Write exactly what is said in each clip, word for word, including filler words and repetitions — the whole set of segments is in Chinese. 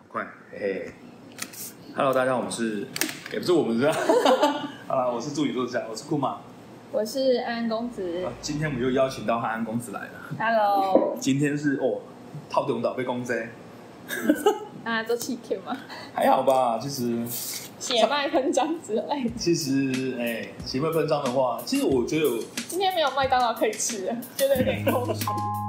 快，嘿嘿。Hello， 大家好，我们是，也不是我们是，啊，我是助理作家，我是库玛， 我是安安公子。 啊、今天我们又邀请到安安公子来了。 Hello。 今天是哦，套中岛被公仔。 啊，做气 Q 吗？ 还好吧，其实。 血脉喷张之类的。 其实，哎、欸，血脉喷张的话，其实我觉得有今天没有麦当劳可以吃了，觉得有点空虚。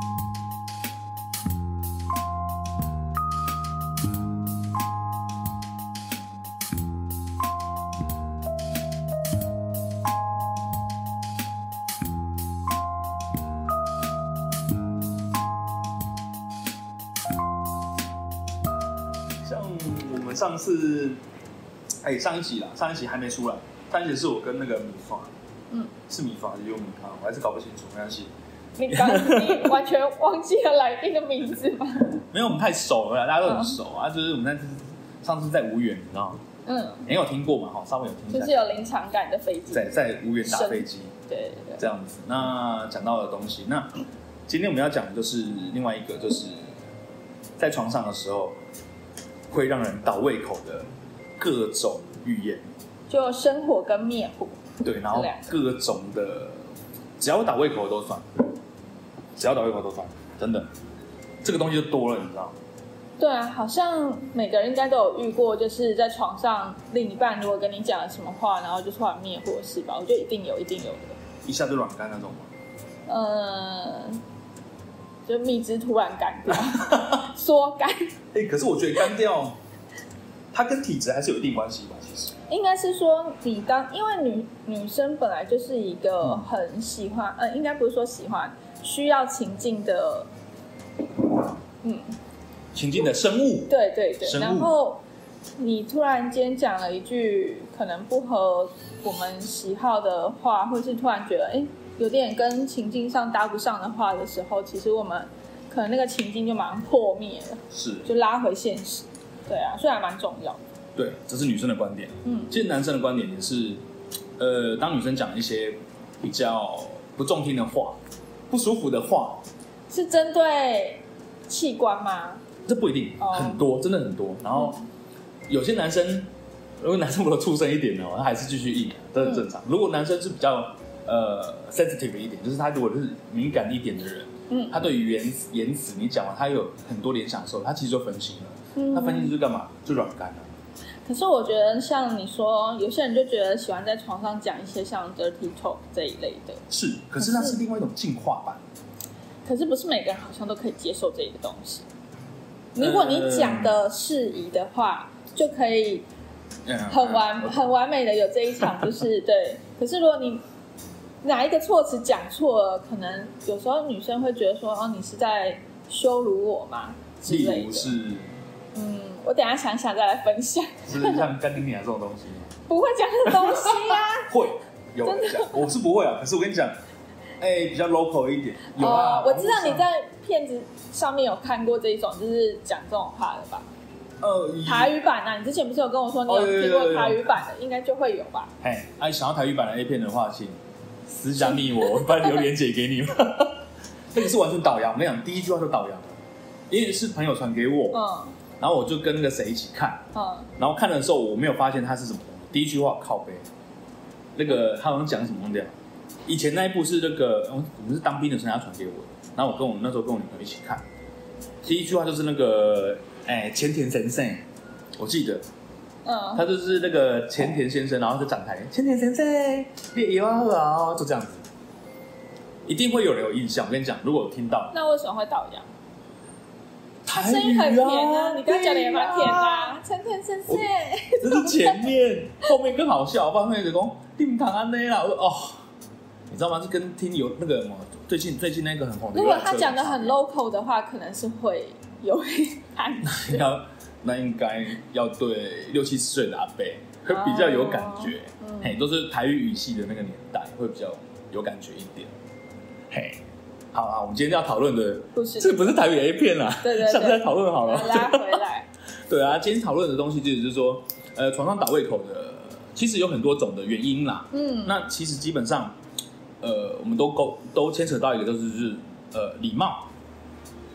像我们上次。哎、欸，上一集啦，上一集还没出来。上一集是我跟那个米发，嗯，是米发还是用米发，我还是搞不清楚，没关系。 你刚你完全忘记了来宾的名字吗？ 没有，我们太熟了，大家都很熟、嗯、啊。就是我们那次上次在无缘，你知道吗？嗯，你有听过吗？哈，稍微有听过。 就是有临场感的飞机， 在在无缘打飞机， 对对对， 这样子。那讲到的东西，那今天我们要讲的就是另外一个，就是在床上的时候会让人倒胃口的。各种语言， 就生火跟灭火， 对，然后各种的，只要打胃口的都算，只要打胃口都算，真的，这个东西就多了，你知道吗？ 对啊，好像每个人应该都有遇过，就是在床上另一半如果跟你讲了什么话，然后就突然灭火，是吧？我觉得一定有，一定有的， 一下就软干那种吗？ 呃，就蜜汁突然干掉，缩干。 哎、欸，可是我觉得干掉。它跟体质还是有一定关系吧，其实应该是说你当因为女女生本来就是一个很喜欢，呃，应该不是说喜欢，需要情境的，嗯， 情境的生物， 对对对，然后你突然间讲了一句可能不合我们喜好的话，或是突然觉得哎有点跟情境上搭不上的话的时候，其实我们可能那个情境就马上破灭了， 是， 就拉回现实。对啊，虽然蛮重要的。 对，这是女生的观点。嗯，其实男生的观点也是，呃，当女生讲一些比较不中听的话、不舒服的话， 是针对器官吗？ 这不一定，哦、很多，真的很多。然后、嗯、有些男生，如果男生如果出声一点的话，他还是继续硬，这很正常。嗯、如果男生是比较呃 sensitive 一点，就是他如果是敏感一点的人，嗯，他对于言言辞你讲完，他有很多联想的时候，他其实就分心了。他分析就是干嘛？就软干了。 可是我觉得，像你说，有些人就觉得喜欢在床上讲一些像 dirty talk 这一类的。 是，可是那是另外一种进化版。 可是不是每个人好像都可以接受这个东西。如果你讲的适宜的话，呃、就可以很完、嗯、很完美的有这一场，就是对。可是如果你哪一个措辞讲错了，可能有时候女生会觉得说，哦，你是在羞辱我吗？之类的。 例如是。 嗯，我等一下想想再来分享。 是像干丁尼亚这种东西， 不会讲这东西啊。 会有人讲，我是不会啊。可是我跟你讲，哎、欸，比较 local 一点。有啊， 哦、我知道你在片子上面有看过这一种，就是讲这种话的吧？ 呃， 台语版啊，你之前不是有跟我说你有听过台语版的，哦、有有有有应该就会有吧？ 哎，哎、啊，想要台语版的 A 片的话，请私下密我，我帮你留连结给你。那个是完全导扬，我跟你讲，第一句话就导扬了，因为是朋友传给我。嗯。然后我就跟那个谁一起看，嗯，然后看的时候我没有发现他是什么。第一句话靠北，那个他好像讲什么东西。以前那一部是那个我们是当兵的时候他传给我的，然后我跟我那时候跟我女朋友一起看。第一句话就是那个哎前田先生，我记得，嗯，他就是那个前田先生，然后就展台前田先生，你有啊好啊，就这样子，一定会有人有印象。我跟你讲，如果我听到， 那为什么会倒洋？ 声音很甜啊，你刚刚讲的也蛮甜的啊，陈田先生。 这是前面，后面更好笑。后面就说你不糖安内啦，我说哦，你知道吗？是跟听有那个什么，最近最近那个很红的。 如果他讲的很 local 的话，可能是会有感觉。 那那应该要对六七十岁的阿伯会比较有感觉，哦嗯、嘿，都是台语语系的那个年代，会比较有感觉一点，嘿。好啊，我们今天要讨论的，不是这不是台语 A 片啦， 对对对， 下次再讨论好了。 拉回来。 对啊，今天讨论的东西就是说，呃，床上倒胃口的，其实有很多种的原因啦。嗯，那其实基本上，呃，我们都勾都牵扯到一个，就是就是呃礼貌。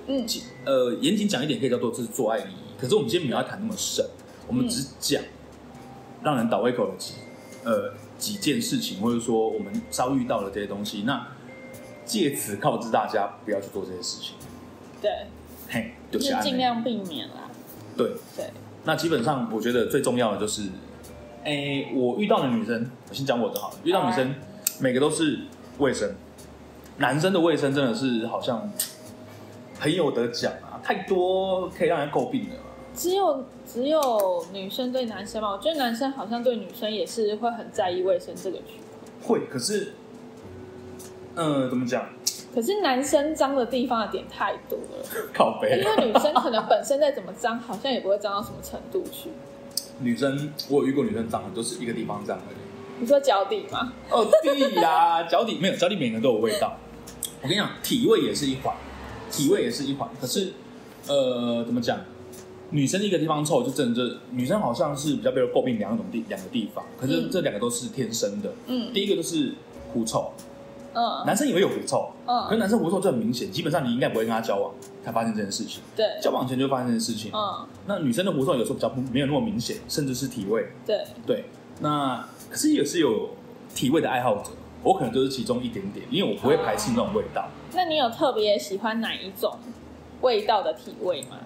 嗯， 呃，严谨讲一点可以叫做这是做爱礼仪。可是我们今天没有要谈那么深，我们只讲让人倒胃口的几呃几件事情，或者说我们遭遇到的这些东西。那借此告知大家不要去做这些事情。 对， 嘿， 就是尽量避免啦。 对对， 那基本上我觉得最重要的就是，哎，我遇到的女生，我先讲我的好了。遇到女生，每个都是卫生，男生的卫生真的是好像很有得讲啊，太多可以让人诟病的。 只有只有女生对男生嘛，我觉得男生好像对女生也是会很在意卫生这个区块。 会，可是，呃，怎么讲？ 可是男生脏的地方的点太多了， 靠北。 因为女生可能本身再怎么脏，好像也不会脏到什么程度去。 女生，我有遇过女生脏的，都是一个地方脏而已。 你说脚底吗？ 哦，对呀，脚底没有，脚底每个人都有味道。我跟你讲，体味也是一环，体味也是一环。可是，呃，怎么讲？女生一个地方臭，就真的就女生好像是比较被人诟病两种地两个地方，可是这两个都是天生的。嗯，第一个就是狐臭。嗯，男生也会有狐臭，嗯，可是男生狐臭就很明显，基本上你应该不会跟他交往才发现这件事情。 对， 交往前就发现这件事情。嗯，那女生的狐臭有时候比较没有那么明显，甚至是体味。 对对，那可是也是有体味的爱好者，我可能就是其中一点点，因为我不会排斥那种味道。哦， 那你有特别喜欢哪一种味道的体味吗？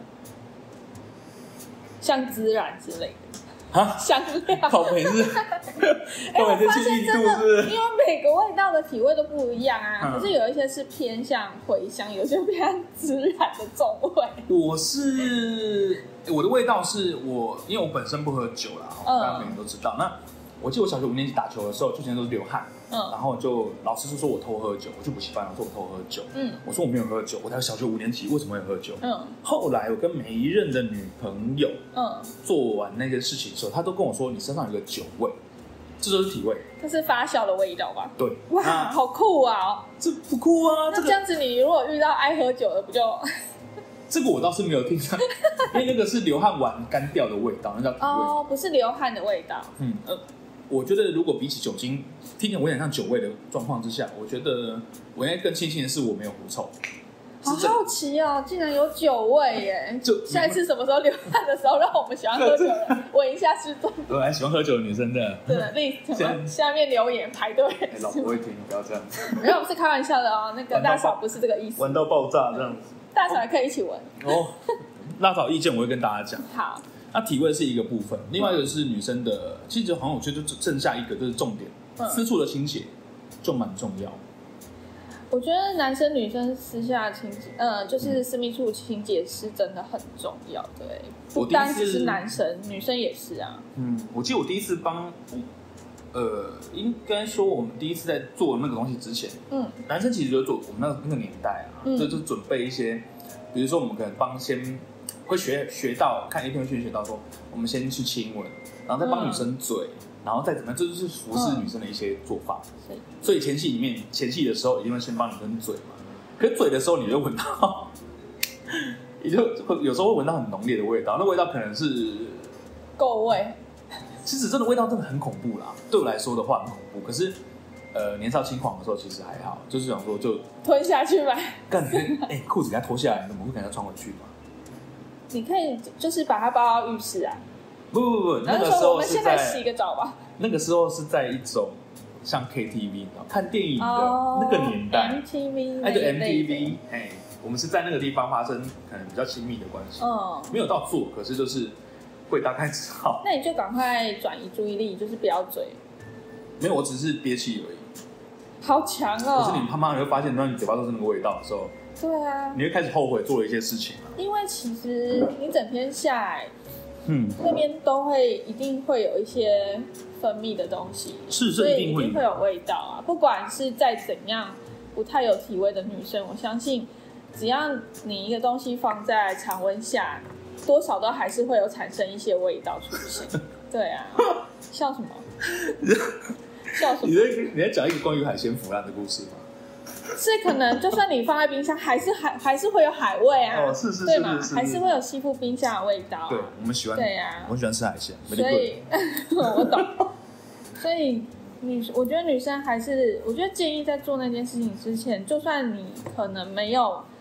像孜然之类的。 啊， 香料， 靠北是， 哎，我发现真的，因为每个味道的体味都不一样啊。嗯、可是有一些是偏向茴香，有些偏向孜然的重味。 我是我的味道是我，因为我本身不喝酒啦，嗯、大家每个人都知道。那我记得我小学五年级打球的时候，就全都是流汗，嗯，然后就老师就说我偷喝酒，我去补习班，我说我偷喝酒，嗯，我说我没有喝酒，我才小学五年级，为什么会喝酒？嗯，后来我跟每一任的女朋友，嗯，做完那个事情的时候，她都跟我说你身上有个酒味，这就是体味， 这是发酵的味道吧？ 对， 哇，啊、好酷啊！ 这不酷啊？ 那这样子，你如果遇到爱喝酒的，不就？ 这个我倒是没有听到，因为那个是流汗完干掉的味道，那叫体味。 哦，不是流汗的味道。 嗯，呃。我觉得如果比起酒精，听起来我有点像酒味的状况之下，我觉得我应该更庆幸的是我没有狐臭。 好好奇哦，竟然有酒味耶！就下一次什么时候流汗的时候，让我们喜欢喝酒的人闻一下是多。 我还喜欢喝酒的女生的， 对，那下面留言排队。 哎，老婆会听，不要这样。 没有，我们是开玩笑的哦。那个大嫂不是这个意思。 闻到爆炸这样子。 大嫂也可以一起闻。哦， 大嫂意见我会跟大家讲。 好。 那体味是一个部分，另外一个是女生的，其实好像我觉得就剩下一个就是重点，嗯、私处的清洁就蛮重要。 我觉得男生女生私下清洁，呃，就是私密处清洁是真的很重要的，对，不单只是男生，女生也是啊。 嗯，我记得我第一次帮，呃，应该说我们第一次在做那个东西之前，嗯，男生其实就做我们那个那个年代啊，嗯、就就准备一些，比如说我们可能帮先。会学学到看 A 片会学学到说，我们先去亲吻，然后再帮女生嘴，嗯、然后再怎么样，这就是服侍女生的一些做法。嗯、所以前戏里面前戏的时候一定会先帮女生嘴嘛，可是嘴的时候你就闻到，也就会有时候会闻到很浓烈的味道，那味道可能是垢味。 其实真的味道真的很恐怖啦，对我来说的话很恐怖。可是呃年少轻狂的时候其实还好，就是想说就吞下去吧。 干哎裤子给它脱下来，你怎么会给它穿回去嘛？ 你可以就是把它包到浴室啊！ 不不不，那个时候我们现在洗个澡吧。 那个时候是在一种像 K T V 看电影的那个年代 ，M T V， 哎，就 M T V， 哎，我们是在那个地方发生可能比较亲密的关系，嗯，没有到做，可是就是会大概知道。 那你就赶快转移注意力，就是不要嘴。 没有，我只是憋气而已。 好强哦！ 可是你慢慢会发现，当你嘴巴都是那个味道的时候。 对啊， 你会开始后悔做了一些事情啊。 因为其实你整天下来，嗯，那边都会一定会有一些分泌的东西， 是， 所以一定会有味道啊。不管是再怎样不太有体味的女生，我相信只要你一个东西放在常温下，多少都还是会有产生一些味道出现。对啊，笑什么？笑什么？ 你在你在讲一个关于海鲜腐烂的故事吗？ 是可能，就算你放在冰箱，还是还还是会有海味啊。 哦，是是是， 对嘛，还是会有吸附冰箱的味道、啊。 对，我们喜欢。 对呀、啊， 我喜欢吃海鲜。 所以，我懂。所以女，我觉得女生还是，我觉得建议在做那件事情之前，就算你可能没有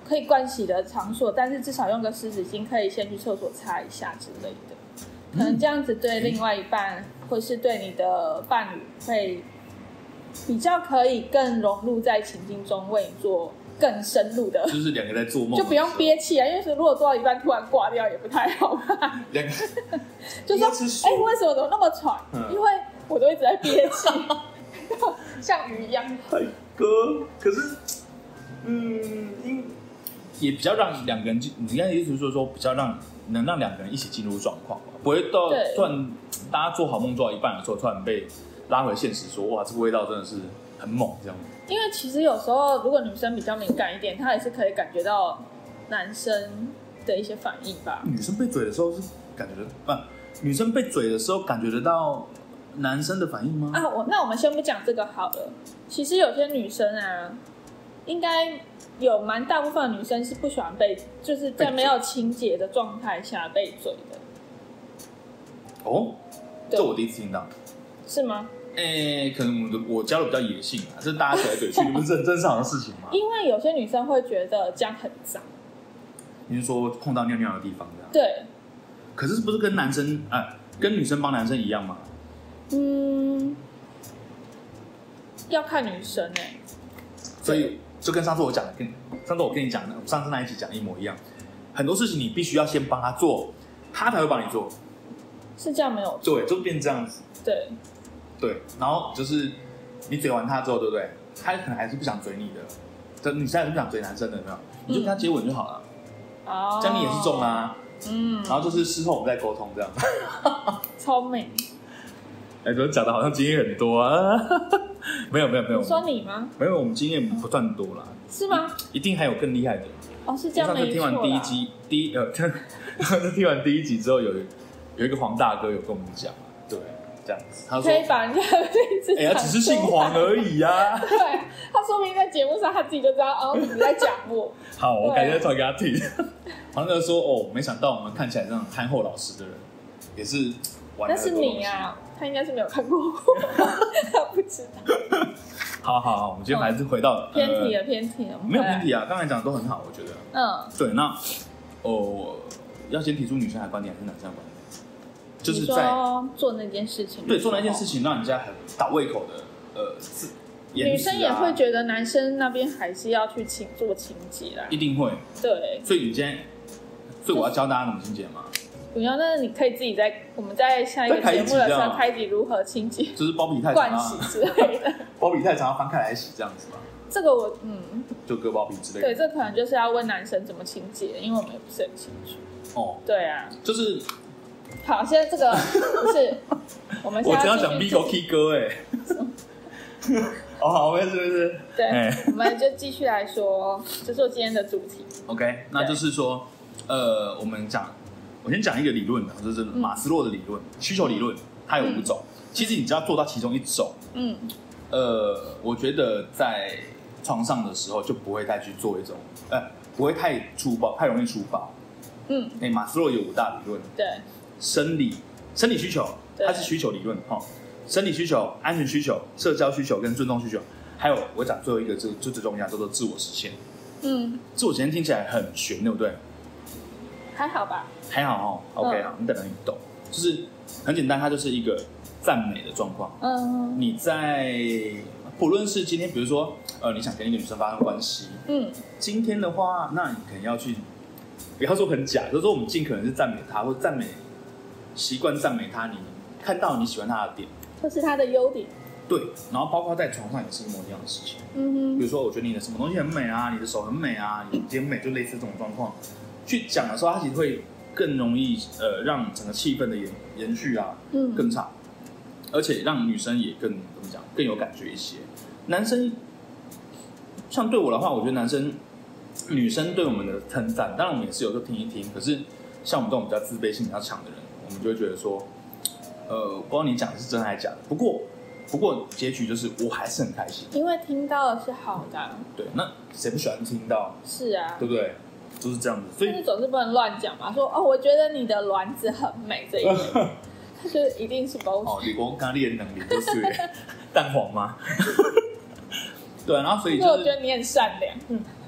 可以盥洗的场所，但是至少用个湿纸巾可以先去厕所擦一下之类的，可能这样子对另外一半、嗯、或是对你的伴侣会比较可以更融入在情境中，为你做更深入的， 就是两个在做梦， 就不用憋气啊，因为如果做到一半突然挂掉也不太好吧。 两个就说，哎、欸，为什么怎么那么喘？嗯、因为我都一直在憋气，像鱼一样。 太哥，可是，嗯，也比较让两个人，你刚才意思就是说，比较让能让两个人一起进入状况，不会到突然大家做好梦做到一半的时候，突然被拉回现实说，哇，这个味道真的是很猛，这样。 因为其实有时候，如果女生比较敏感一点，她也是可以感觉到男生的一些反应吧。 女生被嘴的时候是感觉得，不，女生被嘴的时候感觉得到男生的反应吗？ 啊，我那我们先不讲这个好了。其实有些女生啊，应该有蛮大部分的女生是不喜欢被，就是在没有清洁的状态下被嘴的。 哦，这我第一次听到。 是吗？ 诶、欸，可能我的我教的比较野性啊，这是大家嘴来嘴去，不是很正常的事情吗？ 因为有些女生会觉得这样很脏。 你是说碰到尿尿的地方这样？ 对。 可是不是跟男生啊、呃，跟女生帮男生一样吗？ 嗯，要看女生哎、欸。 所以就跟上次我讲的，跟上次我跟你讲的，上次那一集讲一模一样。很多事情你必须要先帮他做，他才会帮你做。 是这样没有错？ 对，就变这样子。 对。 对，然后就是你嘴完他之后，对不对？他可能还是不想嘴你的，这女生还是不想嘴男生的，有没有？你就跟他接吻就好了。哦、嗯，这样你也是中啊。嗯。然后就是事后我们再沟通，这样。 聪明。 哎、欸，怎么讲的好像经验很多啊？没有没有没有。 你说你吗？ 没有，我们经验不算多啦。 是吗？ 一定还有更厉害的。 哦，是这样没错啦。 上次听完第一集，第一呃，听完第一集之后有，有有一个黄大哥有跟我们讲，对。这样子，他说可以把人家的名字哎呀，只是姓黄而已啊。 对，他说明在节目上他自己就知道哦，你在讲我。 好，我改天传给他听。黄大哥说：“哦，没想到我们看起来这样憨厚老实的人，也是玩了。” 那是你啊，他应该是没有看过我，他不知道。 好好好，我们今天还是回到、 嗯、偏题了，偏题了， 没有偏题啊，刚才讲的都很好，我觉得。嗯，对，那哦，要先提出女生的观点还是男生的观点？就是在做那件事情， 对，做那件事情让人家很倒胃口的，呃，字、啊， 女生也会觉得男生那边还是要去清做清洁啦， 一定会， 对。 所以你今天，所以我要教大家怎么清洁吗？ 不要，那你可以自己在我们在下一个节目的时候开一集如何清洁， 就是包皮太长、盥洗之类的， 包皮太长要翻开来洗这样子吧。 这个我嗯， 就割包皮之类的。 对，这可能就是要问男生怎么清洁，因为我们也不是很清楚。哦，对啊， 就是。 好，现在这个不是我们现在我只要讲 Bigo K 歌哎，哦好，没事没事， 对，欸、我们就继续来说，这是我今天的主题。 OK， 那就是说，呃，我们讲，我先讲一个理论，就是马斯洛的理论，嗯、需求理论，它有五种。嗯、其实你只要做到其中一种，嗯，呃，我觉得在床上的时候就不会再去做一种，呃，不会太粗暴，太容易粗暴。嗯，哎、欸，马斯洛有五大理论， 对。 生理生理需求，它是需求理论哈。生理需求、安全需求、社交需求跟尊重需求，还有我讲最后一个，就就最重要，叫做自我实现。嗯，自我实现听起来很玄，对不对？ 还好吧。 还好哦 ，OK 好，你等等你懂，就是很简单，它就是一个赞美的状况。嗯，你在不论是今天，比如说呃，你想跟一个女生发生关系，嗯，今天的话，那你可能要去，不要说很假，就是说我们尽可能是赞美她，或者赞美。习惯赞美他，你看到你喜欢他的点， 或是他的优点， 对，然后包括在床上也是一模一样的事情。嗯哼，比如说我觉得你的什么东西很美啊，你的手很美啊，你肩美，就类似这种状况，去讲的时候，它其实会更容易呃让整个气氛的延延续啊，嗯，更差，而且让女生也更怎么讲更有感觉一些。男生像对我的话，我觉得男生女生对我们的称赞，当然我们也是有时候听一听，可是像我们这种比较自卑性比较强的人。我们就会觉得说，呃，不知道你讲的是真还是假的。不过，不过结局就是我还是很开心， 因为听到的是好的。 对，那谁不喜欢听到？ 是啊， 对不对？就是这样子。所以但是总是不能乱讲嘛。说哦，我觉得你的卵子很美，这一点，他就一定是包哦，李光刚练能力就是蛋黄吗？对，然后所以、就是、 我觉得你很善良。嗯，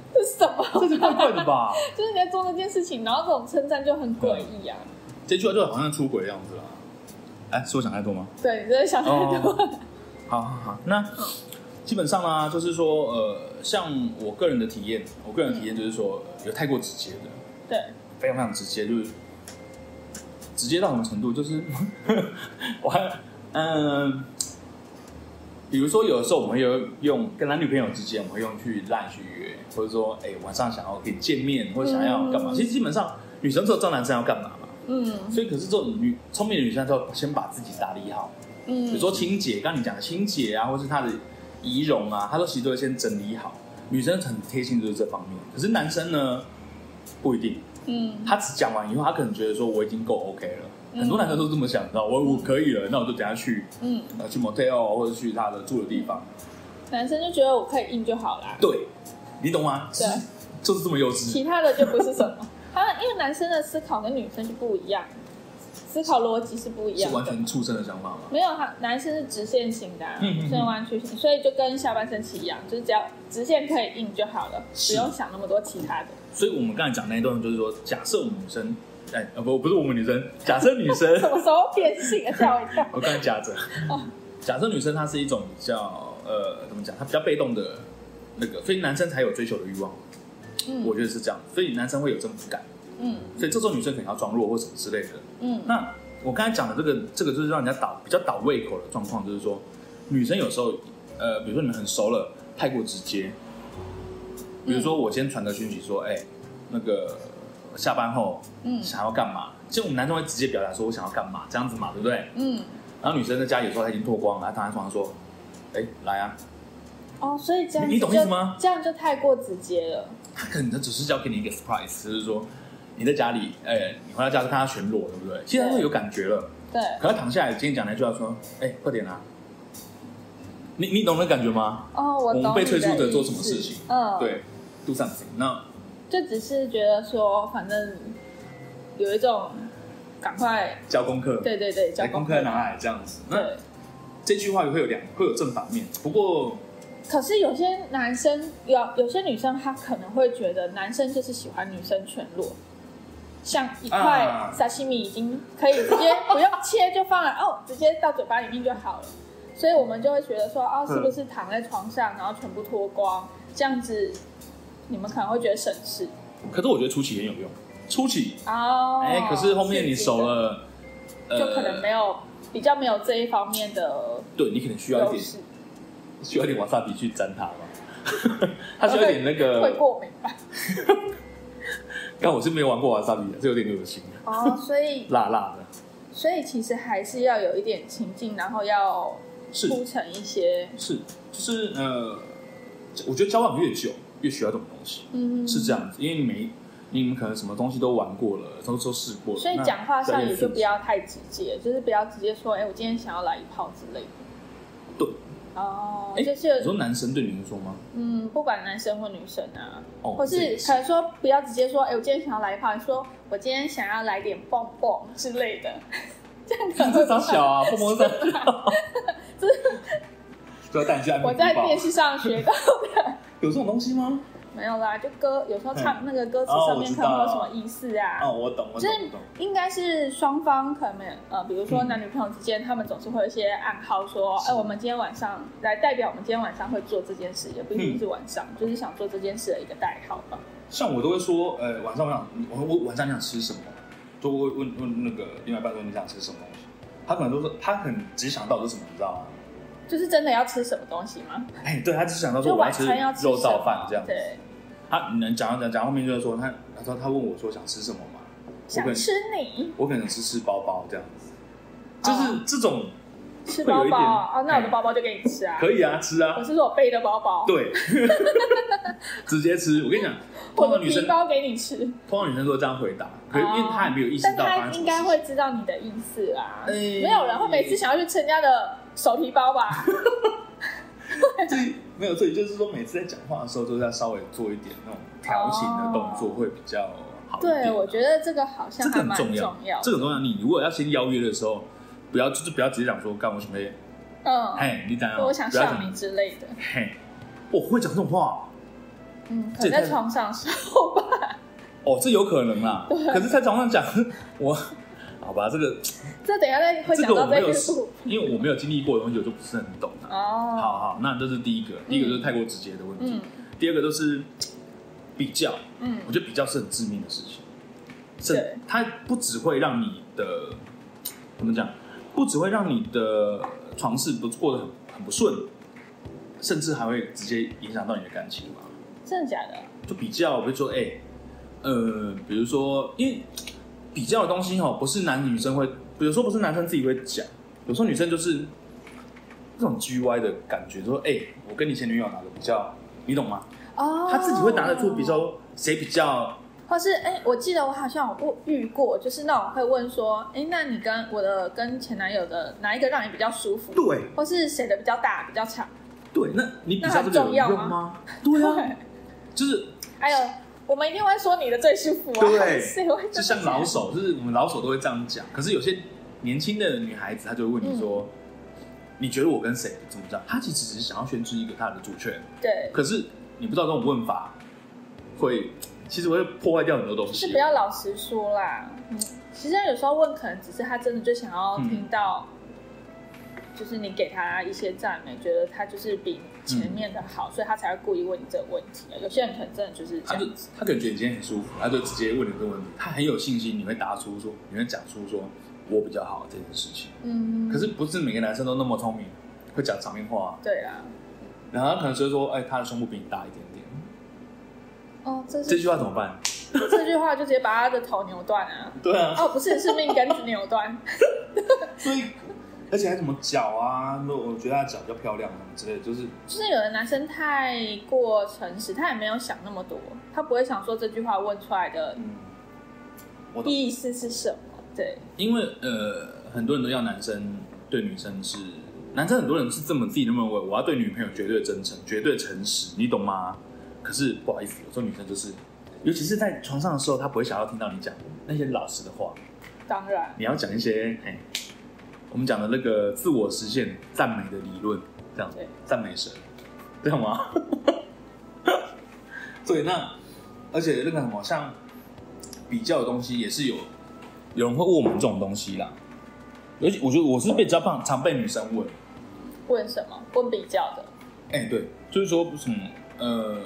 这是什么？ 这是怪怪的吧？ 就是你在做那件事情，然后这种称赞就很诡异啊。 这句话就好像出轨的样子啦。哎，是我想太多吗？ 对，你真的想太多。哦、 好好好，那基本上呢，就是说，呃，像我个人的体验，我个人的体验就是说，有太过直接的， 对， 非常非常直接，就是直接到什么程度？就是我还嗯、呃，比如说有的时候我们会有用跟男女朋友之间，我们会用去赖去约，或者说，哎、欸，晚上想要可以见面，或者想要干嘛？嗯、其实基本上女生都知道男生要干嘛嘛，嗯，所以可是这种女聪明的女生就先把自己打理好，嗯，比如说清洁，刚刚你讲的清洁啊，或是她的仪容啊，她都其实都会先整理好。女生很贴心就是这方面，可是男生呢不一定，嗯，他只讲完以后，他可能觉得说我已经够 OK 了。很多男生都这么想，知道我我可以了，那我就等下去，嗯，呃，去 motel 或者去他的住的地方。 男生就觉得我可以硬就好啦。 对，你懂吗？ 对， 就是这么幼稚。 其他的就不是什么，他因为男生的思考跟女生就不一样，思考逻辑是不一样的， 是完全畜生的想法吗？ 没有，他男生是直线型的、啊，女、嗯、生弯曲型，所以就跟下半身期一样，就是只要直线可以硬就好了，不用想那么多其他的。 所以我们刚才讲那一段就是说，假设我们女生。哎，不，不是我们女生。假设女生什么时候变性啊？吓我一跳！ 我刚才夹着。假设女生她是一种比较呃，怎么讲？她比较被动的那个，所以男生才有追求的欲望。嗯，我觉得是这样，所以男生会有征服感。嗯，所以这时候女生可能要装弱或什么之类的。嗯，那我刚才讲的这个，这个就是让人家倒比较倒胃口的状况，就是说女生有时候呃，比如说你们很熟了，太过直接。比如说我先传个讯息说，哎、欸，那个。下班后，嗯，想要干嘛？其实我们男生会直接表达说我想要干嘛，这样子嘛，对不对？嗯。然后女生在家有时候她已经脱光了，她躺在床上说：“哎、欸，来啊！” 哦，所以这样你, 你懂意思吗？ 这样就太过直接了。 他可能只是要给你一个 surprise， 就是说你在家里，哎、欸，你回到家就看他全裸，对不对？其实他会有感觉了。对。可他躺下来，今天讲那句话说：“哎、欸，快点啊！”你你懂那感觉吗？ 哦，我懂。 我们被催促着做什么事情？嗯，对 ，do something。那就只是觉得说，反正有一种赶快交功课， 对对对，交功课拿来这样子。对，这句话会有两会有正反面。不过， 可是有些男生有有些女生，她可能会觉得男生就是喜欢女生全裸，像一块沙西米已经可以直接不用切就放了哦，直接到嘴巴里面就好了。所以我们就会觉得说，哦，是不是躺在床上，然后全部脱光这样子？你们可能会觉得省事， 可是我觉得初期很有用。初期哦，哎、欸，可是后面你熟了， 呃、就可能没有比较没有这一方面的。 对，你可能需要一点，需要一点瓦萨比去沾它吧。它需要一点那个会过敏吧？ 但我是没有玩过瓦萨比的，这有点恶心。 哦，所以辣辣的。 所以其实还是要有一点情境，然后要铺成一些。 是，就是呃，我觉得交往越久。越需要这种东西，嗯，是这样子，因为你每你们可能什么东西都玩过了，都都试过了， 所以讲话上也就不要太直接，就是不要直接说，哎、欸，我今天想要来一炮之类的。 对， 哦， 欸、 就是你说男生对女生说吗？ 嗯，不管男生或女生啊，哦、或是可能说不要直接说，哎、欸，我今天想要来一炮，你说我今天想要来点蹦蹦之类的，这样可能这长小啊，蹦蹦长小，这就要带你去按摩。 我在电视上学到的。 有这种东西吗？ 没有啦，就歌有时候唱那个歌词上面可能会有什么意思啊？ 哦，我懂，我懂， 就是应该是双方可能呃，比如说男女朋友之间，他们总是会有一些暗号说，哎，我们今天晚上来代表我们今天晚上会做这件事，也不一定是晚上，就是想做这件事的一个代号吧。像我都会说，呃，晚上我想我我晚上你想吃什么，就会问问那个另外一半说你想吃什么东西，他可能都是他很只想到的是什么，你知道吗？ 就是真的要吃什么东西吗？ 哎，对，他只想到说我要吃肉燥饭这样。 对， 他能讲讲讲后面就是说他，他说他问我说想吃什么嘛？ 想吃你， 我可能是吃包包这样子，就是这种吃包包啊，那我的包包就给你吃啊， 可以啊，吃啊。 我是说我背的包包， 对，直接吃。我跟你讲， 我的皮包给你吃。 通常女生都这样回答，可是因为她还没有意识到， 但她应该会知道你的意思啦。没有人会每次想要去吃人家的手提包吧？ 这没有，这里就是说，每次在讲话的时候，都要稍微做一点那种调情的动作，会比较好一点。 对，我觉得这个好像还蛮重要。 这个很重要。你如果要先邀约的时候，不要就是不要直接讲说干我准备，嗯，哎，你讲， 我想笑你之类的。 嘿，我会讲这种话， 嗯，可能在床上说吧。 哦，这有可能啦。可是，在床上讲，我好吧，这个这等一下再会讲到这个步， 因为我没有经历过的东西，我就不是很懂了。哦，好好，那这是第一个，第一个就是太过直接的问题。嗯、第二个就是比较，嗯，我觉得比较是很致命的事情。是，它不只会让你的怎么讲，不只会让你的床事不过得很很不顺，甚至还会直接影响到你的感情嘛？ 真的假的？ 就比较，比如说，哎、欸，呃，比如说，因为比较的东西哦，不是男女生会，比如说不是男生自己会讲，有时候女生就是这种 G Y 的感觉，说，哎、欸，我跟你前女友哪个比较，你懂吗？哦，他自己会拿得出，比如说谁比较。 或是哎、欸，我记得我好像有遇过，就是那种会问说，哎、欸，那你跟我的跟前男友的哪一个让你比较舒服？ 对， 或是谁的比较大比较长？ 对，那你比较这个有用吗？对啊，就是还有我们一定会说你的最舒服啊， 对， 谁会就像老手，就是我们老手都会这样讲。可是有些年轻的女孩子，她就会问你说，嗯、你觉得我跟谁怎么讲？她其实只是想要宣示一个她的主权， 对。 可是你不知道这种问法会。其实会破坏掉很多东西， 是不要老实说啦。嗯，其实有时候问，可能只是他真的就想要听到，嗯、就是你给他一些赞美，觉得他就是比前面的好，嗯、所以他才会故意问你这个问题。有些人可能真的就是这样子， 他就他可能觉得你今天很舒服，他就直接问你这个问题，他很有信心，你会答出说，你会讲出说我比较好这件事情。嗯，可是不是每个男生都那么聪明，会讲场面话。 对啊， 然后他可能就会说，哎，他的胸部比你大一点点。 哦，这这句话怎么办？ 这句话就直接把他的头扭断啊！ 对啊， 哦，不是，是命根子扭断。 所以，而且还什么脚啊？我觉得他脚比较漂亮，什么之类的，就是就是有的男生太过诚实，他也没有想那么多，他不会想说这句话问出来的意思是什么。对， 因为呃，很多人都要男生对女生是，男生很多人是这么自己认为，我要对女朋友绝对真诚、绝对诚实，你懂吗？可是不好意思，有时候女生就是，尤其是在床上的时候，她不会想要听到你讲那些老实的话。 当然， 你要讲一些，嘿，我们讲的那个自我实现赞美的理论，这样赞美神，这样吗？对，那而且那个什么，像比较的东西也是有，有人会问我们这种东西啦。而且我觉得我是被比较常被女生问， 问什么？问比较的。 哎、欸，对，就是说什么，呃。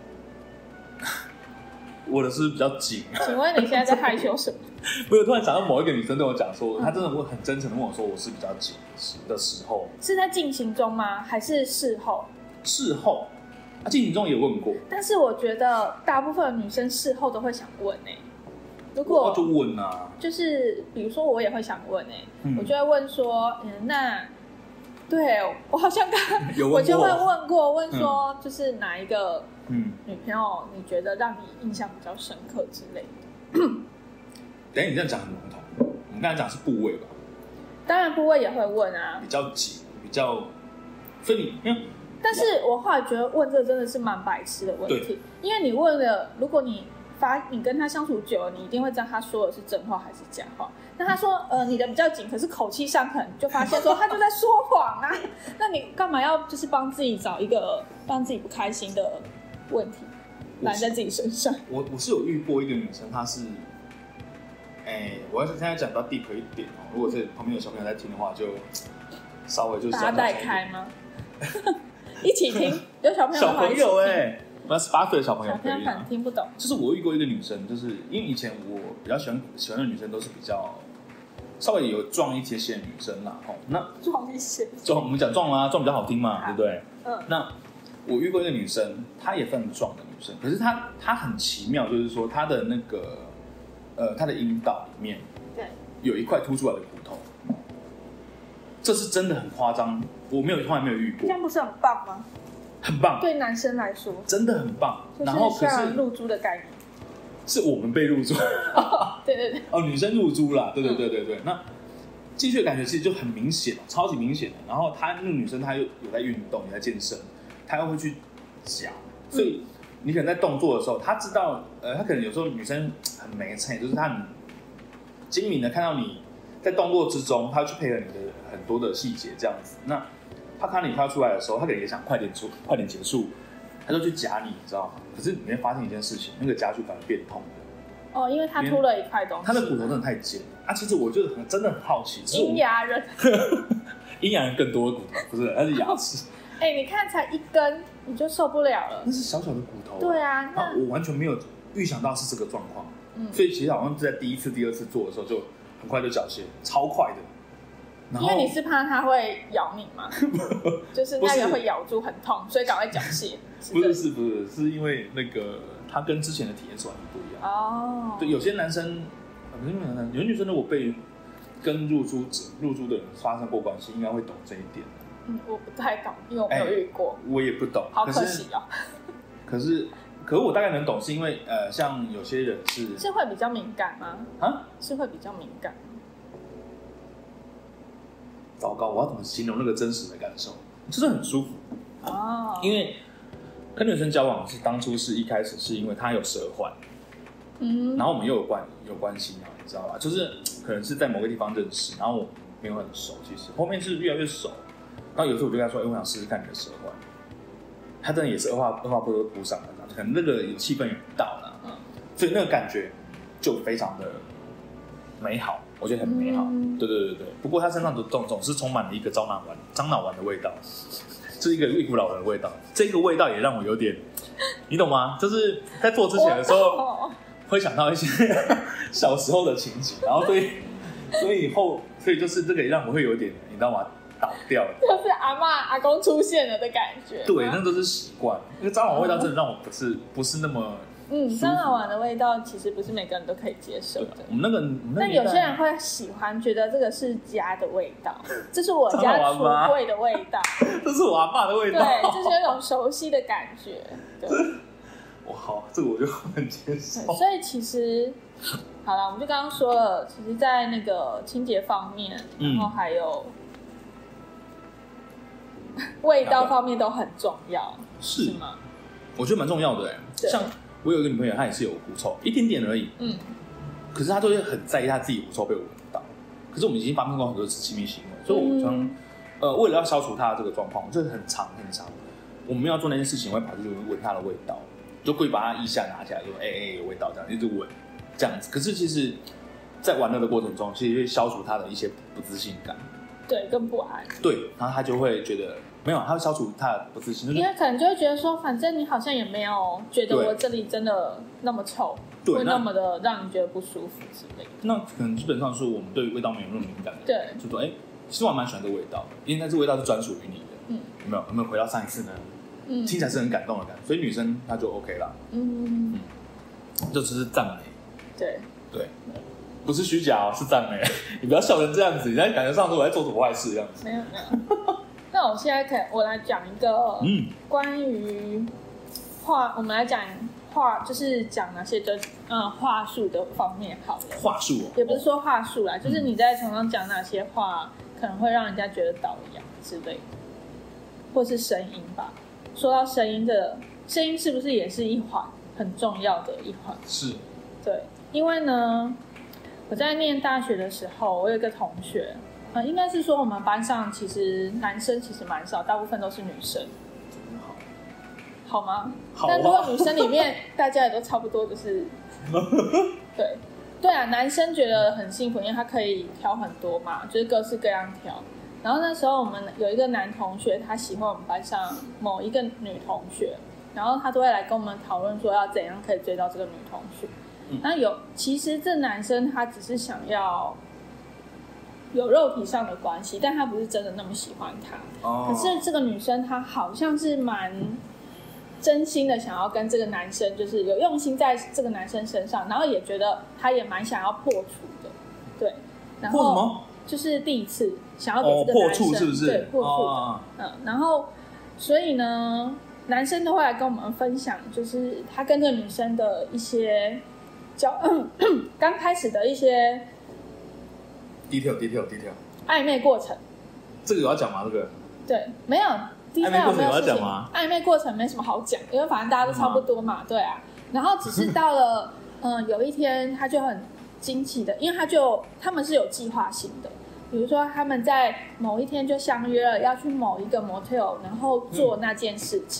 我的是比较紧。 请问你现在在害羞什么？ 没有，突然想到某一个女生对我讲说，嗯、她真的会很真诚的问我说，我是比较紧的时候。 是在进行中吗？还是事后？ 事后，啊，进行中也问过。 但是我觉得大部分的女生事后都会想问哎、欸，如果就问啊， 就是比如说我也会想问哎、欸，嗯、我就会问说，嗯，那对我好像刚我就会问过，问说就是哪一个。嗯，女朋友，你觉得让你印象比较深刻之类的？ 等一下你这样讲很笼统，我们刚才讲是部位吧？ 当然部位也会问啊， 比较紧，比较，所以你，嗯， 但是我后来觉得问这真的是蛮白痴的问题，因为你问了，如果你发你跟他相处久了，你一定会知道他说的是真话还是假话。那他说呃你的比较紧，可是口气上可能就发现说他就在说谎啊，那你干嘛要就是帮自己找一个让自己不开心的问题揽在自己身上？ 我我是有遇过一个女生，她是，哎、欸，我要是现在讲到 deep 一点哦，如果是旁边有小朋友在听的话，就稍微就把它带开吗？一起听，有小朋友小朋友哎、欸，那十八岁的小朋友可以、啊， 小朋友可能听不懂。 就是我遇过一个女生，就是因为以前我比较喜欢喜欢的女生都是比较稍微有壮一些些的女生啦，哦，那壮一些， 壮我们讲壮啊，壮比较好听嘛， 好对不对？ 嗯， 那。我遇过一个女生，她也算壮的女生，可是她她很奇妙，就是说她的那个呃她的阴道里面对有一块凸出来的骨头，这是真的很夸张，我没有从来没有遇过。 这样不是很棒吗？ 很棒， 对男生来说真的很棒。 就是、 然后可是入珠的概念， 是我们被入珠， 哦、对对对， 哦女生入珠啦，对对对对对，嗯、那进去的感觉其实就很明显，超级明显的。然后她那个女生她又有在运动，有在健身。他又会去讲，所以你可能在动作的时候，他知道，呃，他可能有时候女生很没称，就是他很精明的看到你在动作之中，他会去配合你的很多的细节，这样子。那他看到你快要出来的时候，他可能也想快点出，快点结束， 他就去夹你，你知道吗？可是你会发现一件事情，那个夹具反而变痛的。 哦，因为他凸了一块东西， 他的骨头真的太尖啊！其实我就很真的很好奇， 阴牙人， 阴阳人更多的骨头，不是，那是牙齿。 哎、欸，你看才一根你就受不了了， 那是小小的骨头。 对啊， 那我完全没有预想到是这个状况，嗯，所以其实好像在第一次、第二次做的时候就很快就缴械，超快的。然后因为你是怕它会咬你吗？就是那个会咬住很痛，所以赶快缴械。 不是是不是是因为那个它跟之前的体验是完全不一样哦。对，有些男生，不是有男生，有些女生如果被跟入珠者、入珠的人发生过关系，应该会懂这一点。 嗯，我不太懂，因为我没有遇过。 欸、我也不懂， 好可惜哦。 可是，可是我大概能懂，是因为呃，像有些人是是会比较敏感吗？ 啊， 是会比较敏感。 糟糕，我要怎么形容那个真实的感受？就是很舒服哦。因为跟女生交往是当初是一开始是因为她有舌患，嗯，然后我们又有关有关系嘛，你知道吧？就是可能是在某个地方认识，然后我没有很熟，其实后面是越来越熟。然后有时候我就跟他说：“哎、欸，我想试试看你的舌环。”他真的也是二话二话不说扑上来，可能那个有气氛也到了，嗯，所以那个感觉就非常的美好，我觉得很美好。嗯、对对对对。不过他身上总总是充满了一个樟脑丸樟脑丸的味道，是一个一股老人的味道。这个味道也让我有点，你懂吗？就是在做之前的时候，会想到一些小时候的情景，然后所以所以以后所以就是这个也让我会有点，你知道吗？倒掉了， 就是阿嬷阿公出现了的感觉。 对，那都是习惯。那个樟脑味道真的让我不是不是那么嗯，樟脑丸的味道其实不是每个人都可以接受的。 我们那个， 但有些人会喜欢，觉得这个是家的味道，这是我家橱柜的味道， 这是我阿嬷的味道， 对，就是有种熟悉的感觉。对， 哇，好，这个我就很接受。 所以其实。好了，我们就刚刚说了，其实，在那个清洁方面，然后还有味道方面都很重要，是, 是吗？ 我觉得蛮重要的哎。像我有一个女朋友，她也是有狐臭，一点点而已，嗯，可是她都会很在意她自己狐臭被我闻到。可是我们已经发生过很多次亲密行为，所以我常、嗯、呃，为了要消除她的这个状况，我就很长很长，我们要做那件事情，我会跑去闻她的味道，就故意把她腋下拿起来，说：“哎、欸、哎、欸，有味道，这样一直闻。”这样子，可是其实，在玩乐的过程中，其实会消除他的一些不自信感， 对，跟不安， 对，然后他就会觉得没有，他会消除他的不自信， 因为可能就会觉得说，反正你好像也没有觉得我这里真的那么臭，会那么的让你觉得不舒服之类的。 那可能基本上是我们对味道没有那么敏感的， 对， 就说哎、欸，其实我还蛮喜欢这个味道的，因为那这味道是专属于你的，嗯，有没有？有没有回到上一次呢？嗯，听起来是很感动的感觉，所以女生她就 OK 啦，嗯嗯，这只是赞美。 对对，不是虚假哦，是赞美。你不要笑成这样子，你在感觉上说我在做什么坏事这样子。 没有没有。那我现在可以，我来讲一个，嗯，关于话，我们来讲话，就是讲哪些的，嗯，话术的方面好了。 话术哦， 也不是说话术啦，哦、就是你在床上讲哪些话，可能会让人家觉得倒牙之类的，或是声音吧。说到声音的，声音是不是也是一环很重要的一环？ 是， 对。因为呢，我在念大学的时候，我有一个同学，呃，应该是说我们班上其实男生其实蛮少，大部分都是女生。 好， 好吗？ 好啊。 但如果女生里面大家也都差不多，就是对对啊，男生觉得很幸福，因为他可以挑很多嘛，就是各式各样挑。然后那时候我们有一个男同学，他喜欢我们班上某一个女同学，然后他都会来跟我们讨论说要怎样可以追到这个女同学。那有，其实这男生他只是想要有肉体上的关系，但他不是真的那么喜欢他。哦。可是这个女生她好像是蛮真心的想要跟这个男生，就是有用心在这个男生身上，然后也觉得他也蛮想要破处的，对。然后破什么？ 就是第一次想要给这个男生， 哦、破处是不是？ 对，破处的。 哦、 嗯，然后所以呢，男生都会来跟我们分享，就是他跟这个女生的一些。交刚开始的一些 detail detail detail 暧昧过程， 这个有要讲吗？这个对，没有暧昧过程有要讲吗？ 暧昧过程没什么好讲，因为反正大家都差不多嘛，对啊。然后只是到了嗯有一天，他就很惊奇的，因为他就他们是有计划性的，比如说他们在某一天就相约了要去某一个 motel， 然后做那件事情。嗯，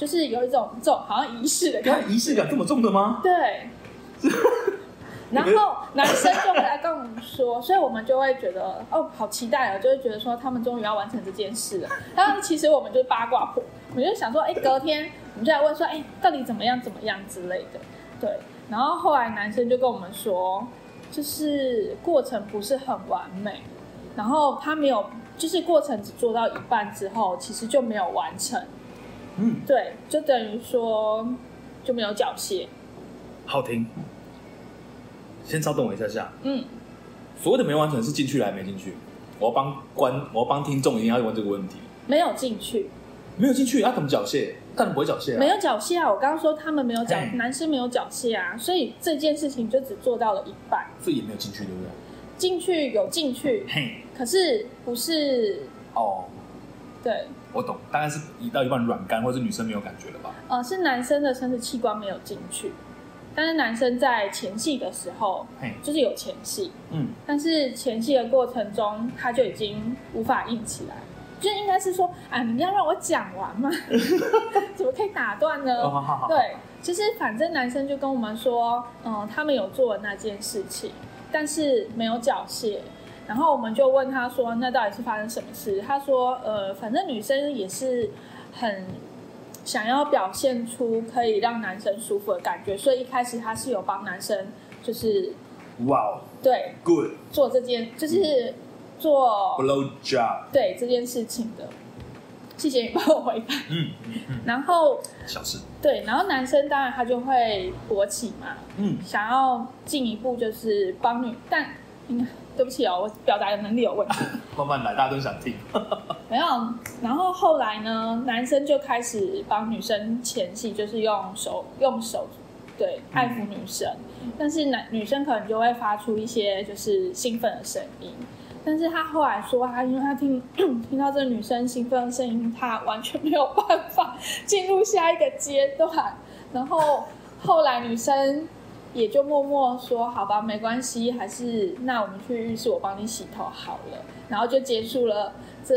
就是有一种这种好像仪式的感觉。 仪式感这么重的吗？ 对。然后男生就会来跟我们说，所以我们就会觉得哦，好期待哦，就会觉得说他们终于要完成这件事了。然后其实我们就是八卦婆，我们就想说，哎，隔天我们就来问说，哎，到底怎么样怎么样之类的。对，然后后来男生就跟我们说，就是过程不是很完美，然后他没有，就是过程只做到一半之后，其实就没有完成。嗯，对，就等于说就没有缴械。 好听。先稍等我一下下。 嗯， 所谓的没完成是进去了还没进去？我要帮观，我要帮听众一定要问这个问题。 没有进去， 没有进去，他、啊、怎么缴械？当然不会缴械啊。 没有缴械啊！我刚刚说他们没有缴，男生没有缴械啊，所以这件事情就只做到了一半。 所以也没有进去，对不对？ 进去有进去，可是不是哦。对， 我懂，大概是一到一半软干，或者是女生没有感觉了吧？ 呃，是男生的生殖器官没有进去。但是男生在前戏的时候，就是有前戏，嗯，但是前戏的过程中，他就已经无法硬起来，就应该是说，啊，你要让我讲完嘛，怎么可以打断呢？ 哦、好好好对，就是反正男生就跟我们说，嗯，他们有做那件事情，但是没有缴械。然后我们就问他说，那到底是发生什么事？他说，呃，反正女生也是很想要表现出可以让男生舒服的感觉，所以一开始他是有帮男生就是哇， 对 good 做这件就是做 blow job 对这件事情的。谢谢你帮我回答。嗯嗯嗯。然后小事对，然后男生当然他就会勃起嘛，嗯，想要进一步就是帮女，但嗯。对不起哦，我表达的能力有问题。 慢慢来，大家都想听。 没有，然后后来呢，男生就开始帮女生前戏，就是用手用手对爱抚女生，嗯、但是男女生可能就会发出一些就是兴奋的声音。但是他后来说，他因为他听听到这个女生兴奋的声音，他完全没有办法进入下一个阶段。然后后来女生也就默默说好吧，没关系，还是那我们去浴室，我帮你洗头好了，然后就结束了这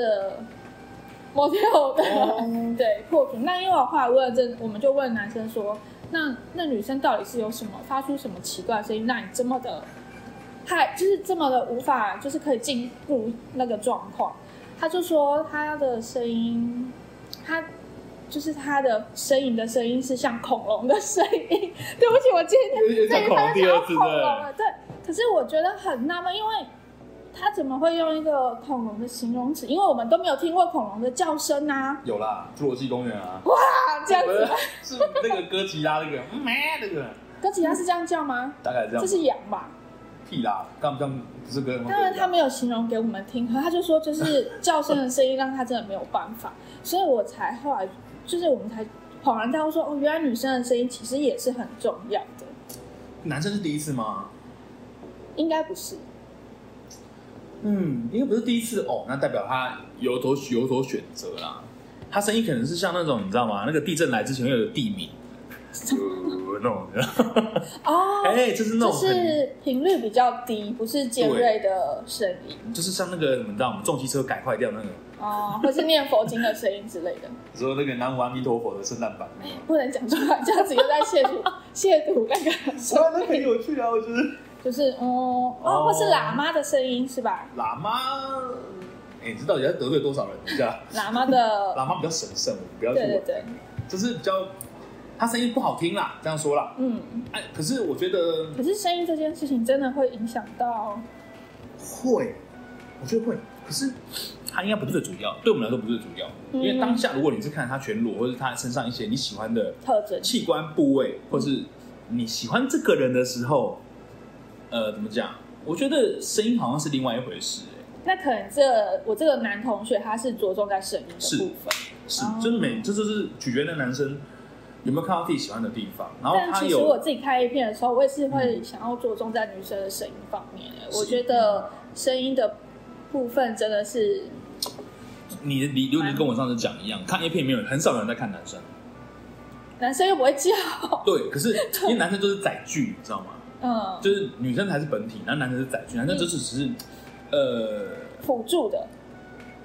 motel 的、oh. 对破处。那因为我后来问这，我们就问男生说，那那女生到底是有什么发出什么奇怪的声音，让你这么的害，就是这么的无法，就是可以进入那个状况？他就说他的声音，他。就是他的呻吟的声音是像恐龙的声音，对不起，我今天这一番讲到恐龙了，对。可是我觉得很纳闷，因为他怎么会用一个恐龙的形容词？因为我们都没有听过恐龙的叫声啊。 有啦，侏罗纪公园啊。 哇，这样子是那个哥吉拉那个，那个哥吉拉是这样叫吗？ 大概这样。这是羊吧？ 屁啦，干不干不是跟？ 当然他没有形容给我们听，他就说就是叫声的声音让他真的没有办法，所以我才后来。就是我们才恍然大悟说，哦，原来女生的声音其实也是很重要的。 男生是第一次吗？ 应该不是。 嗯，应该不是第一次哦，那代表他有所有所选择啦。他声音可能是像那种你知道吗？那个地震来之前会有地名，呃、那种哦， 哎、欸，就是那种就是频率比较低，不是尖锐的声音， 就是像那个你知道吗？重机车改坏掉那个。 哦，或是念佛经的声音之类的。 你说那个南无阿弥陀佛的圣诞版， 不能讲出来，这样子又在亵渎亵渎那个。 哇，那很有趣啊！我觉得就是哦哦，或是喇嘛的声音是吧？ 喇嘛，哎、欸，你知道你在得罪多少人？一下喇嘛的喇嘛比较神圣，我们不要去。 对对对， 就是比较他声音不好听啦，这样说啦。嗯，哎，可是我觉得， 可是声音这件事情真的会影响到， 会，我觉得会，可是。他应该不是最主要，对我们来说不是最主要，嗯、因为当下如果你是看他全裸，或者他身上一些你喜欢的特征、 器官部位，或是你喜欢这个人的时候，呃，怎么讲？我觉得声音好像是另外一回事、欸。 那可能这我这个男同学他是着重在声音的部分， 是，是就是每这就是取决于那男生有没有看到自己喜欢的地方。然后他有， 但其实我自己看 A 片的时候，我也是会想要着重在女生的声音方面、欸。我觉得声音的部分真的是。 你的理由就跟我上次讲一样，看 A 片没有很少人在看男生， 男生又不会叫。 对，可是因为男生都是载具，你知道吗？嗯，就是女生才是本体，然后男生是载具，男生就是只是、嗯、呃辅助的。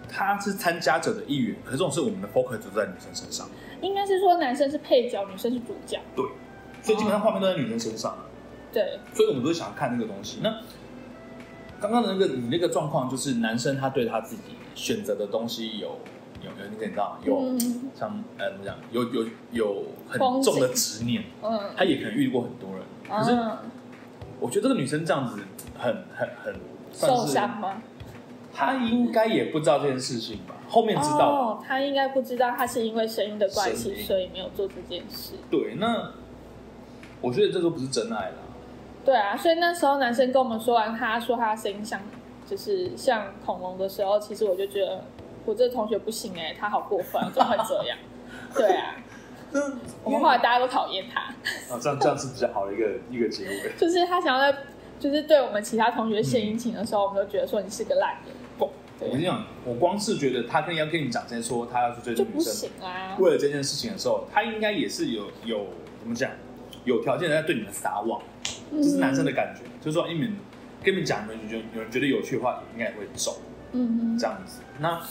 他是参加者的一员，可是这种是我们的 focus 就在女生身上。 应该是说男生是配角，女生是主角。 对，所以基本上画面都在女生身上。 对， 所以我们都想要看那个东西。那刚刚的那个你那个状况，就是男生他对他自己选择的东西有有有，你可以知道有、嗯、像呃怎么讲，有有有很重的执念。嗯，他也可能遇过很多人，可是我觉得这个女生这样子很很很受伤吗？ 他应该也不知道这件事情吧？后面知道哦，他应该不知道，他是因为声音的关系，所以没有做这件事。 对，那我觉得这都不是真爱啦。 对啊，所以那时候男生跟我们说完，他说他声音像就是像恐龙的时候，其实我就觉得我这个同学不行哎、欸，他好过分，怎么会这样？对啊，我们后来大家都讨厌他。 哦，这样这样是比较好的一个一个结尾。 就是他想要在就是对我们其他同学献殷勤的时候，嗯、我们都觉得说你是个烂人。 我跟你讲，我光是觉得他跟要跟你讲这些，说他要去追这女生，就不行啊。为了这件事情的时候，他应该也是有有怎么讲，有条件的在对你们撒网，这是男生的感觉，嗯、就是说你们跟你们讲，你们觉得有人觉得有趣的话，应该也会走，嗯，这样子。那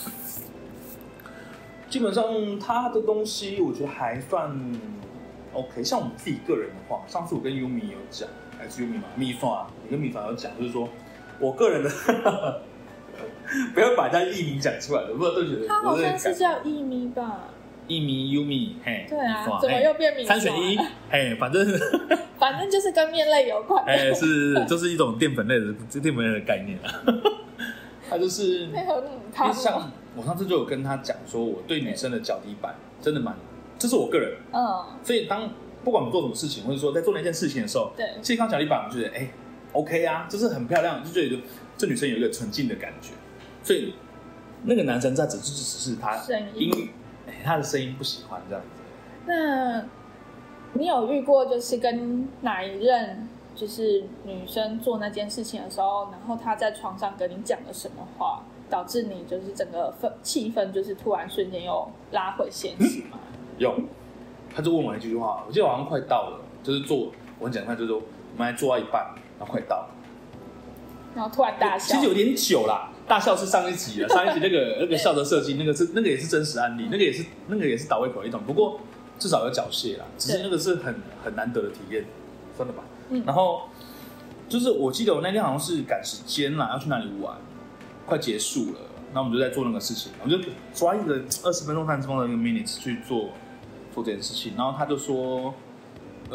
基本上他的东西，我觉得还算 OK。像我们自己个人的话，上次我跟 Yumi 有讲，还是 Yumi 嘛，蜜饭啊，我跟蜜饭有讲，就是说我个人的。不要把人家艺名讲出来了，不然都觉得他好像是叫艺名吧？ 艺名 Yumi， 嘿， 对啊，怎么又变名？ 三选一，嘿，反正反正就是跟面类有关， 哎，是，就是一种淀粉类的，淀粉类的概念啊。他就是配合他， 像我上次就有跟他讲说，我对女生的脚底板真的蛮，这是我个人，嗯，所以当不管我们做什么事情，或者说在做那件事情的时候，对，其实看脚底板，我觉得哎 ，OK 啊，就是很漂亮，就觉得这女生有一个纯净的感觉。所以那个男生在只只只是他音，他的声音不喜欢这样子。 那你有遇过就是跟哪一任就是女生做那件事情的时候，然后她在床上跟你讲了什么话，导致你就是整个氛气氛就是突然瞬间又拉回现实吗？ 有，他就问我一句话，我记得我好像快到了，就是做我很讲快，就是说我们还做到一半，然后快到了， 然后突然大笑， 其实有点久啦。大笑是上一集了，上一集那个那个笑的设计，那个是那个也是真实案例，那个也是那个也是倒胃口一种，不过至少有缴械啦，只是那个是很很难得的体验，算了吧。嗯、然后就是我记得我那天好像是赶时间啦，要去哪里玩，快结束了，然后我们就在做那个事情，我就抓一个二十分钟、三十分钟的一个 minutes 去做做这件事情，然后他就说，呃，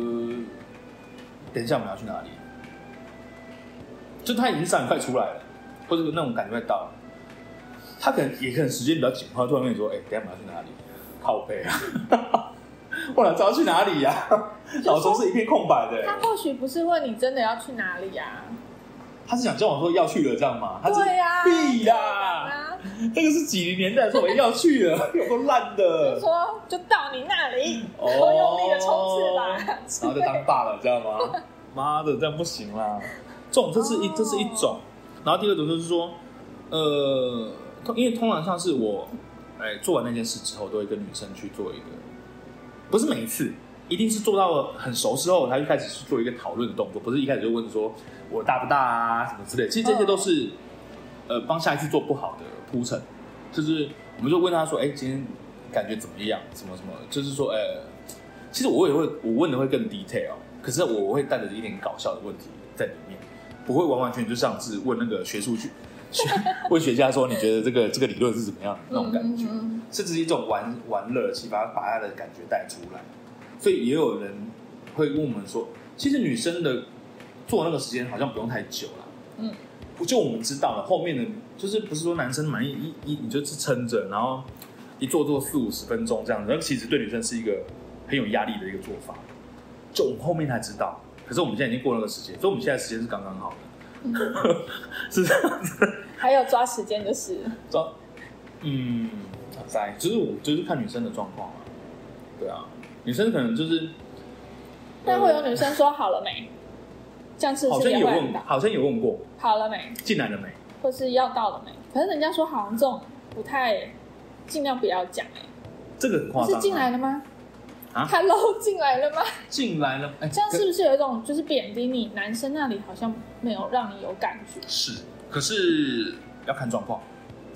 等一下我们要去哪里？就他已经三点快出来了。或者那种感觉会到，他可能也可能时间比较紧，他突然跟你说：“哎、欸，等一下我们要去哪里？”靠北啊！我哪知道去哪里呀、啊？脑中是一片空白的。 他或许不是问你真的要去哪里呀、啊， 他是想叫我说要去了这样吗？他是对呀、啊， 屁呀！那个是几零年代的时候要去了，有够烂的。 就说就到你那里，我、哦、用力的冲刺吧， 然后就当爸了，知道吗？妈的，这样不行啦！这种这是一、哦、这是一种。然后第二种就是说，呃，因为通常像是我，哎，做完那件事之后，都会跟女生去做一个，不是每一次，一定是做到了很熟之后，才开始去做一个讨论的动作，不是一开始就问说我大不大啊什么之类的。其实这些都是，呃，帮下一次做不好的铺陈。就是我们就问他说，哎，今天感觉怎么样？什么什么？就是说，呃，其实我也会，我问的会更 detail， 可是我会带着一点搞笑的问题在里面。不会完完全全就像是问那个学术去问学家说你觉得这个这个理论是怎么样的那种感觉，嗯嗯嗯是只是一种玩玩乐气，把把他的感觉带出来。所以也有人会问我们说，其实女生的做那个时间好像不用太久了。嗯，就我们知道了，后面的就是不是说男生满意一一你就是撑着，然后一做做四五十分钟这样子，那其实对女生是一个很有压力的一个做法。就我们后面才知道。可是我们现在已经过那个时间，所以我们现在时间是刚刚好的，嗯、是这样子。 还有抓时间的事， 抓，嗯，在就是我就是看女生的状况啊，对啊，女生可能就是， 但会有女生说好了没？这样是不是也会问到？ 好像有问过，好了没？ 进来了没？ 或是要到了没？可是人家说好像这种不太，尽量不要讲哎、欸。 这个很夸张、啊。 是进来了吗？啊 ，Hello， 进来了吗？ 进来了，哎， 这样是不是有一种就是贬低你？男生那里好像没有让你有感觉。 是，可是要看状况。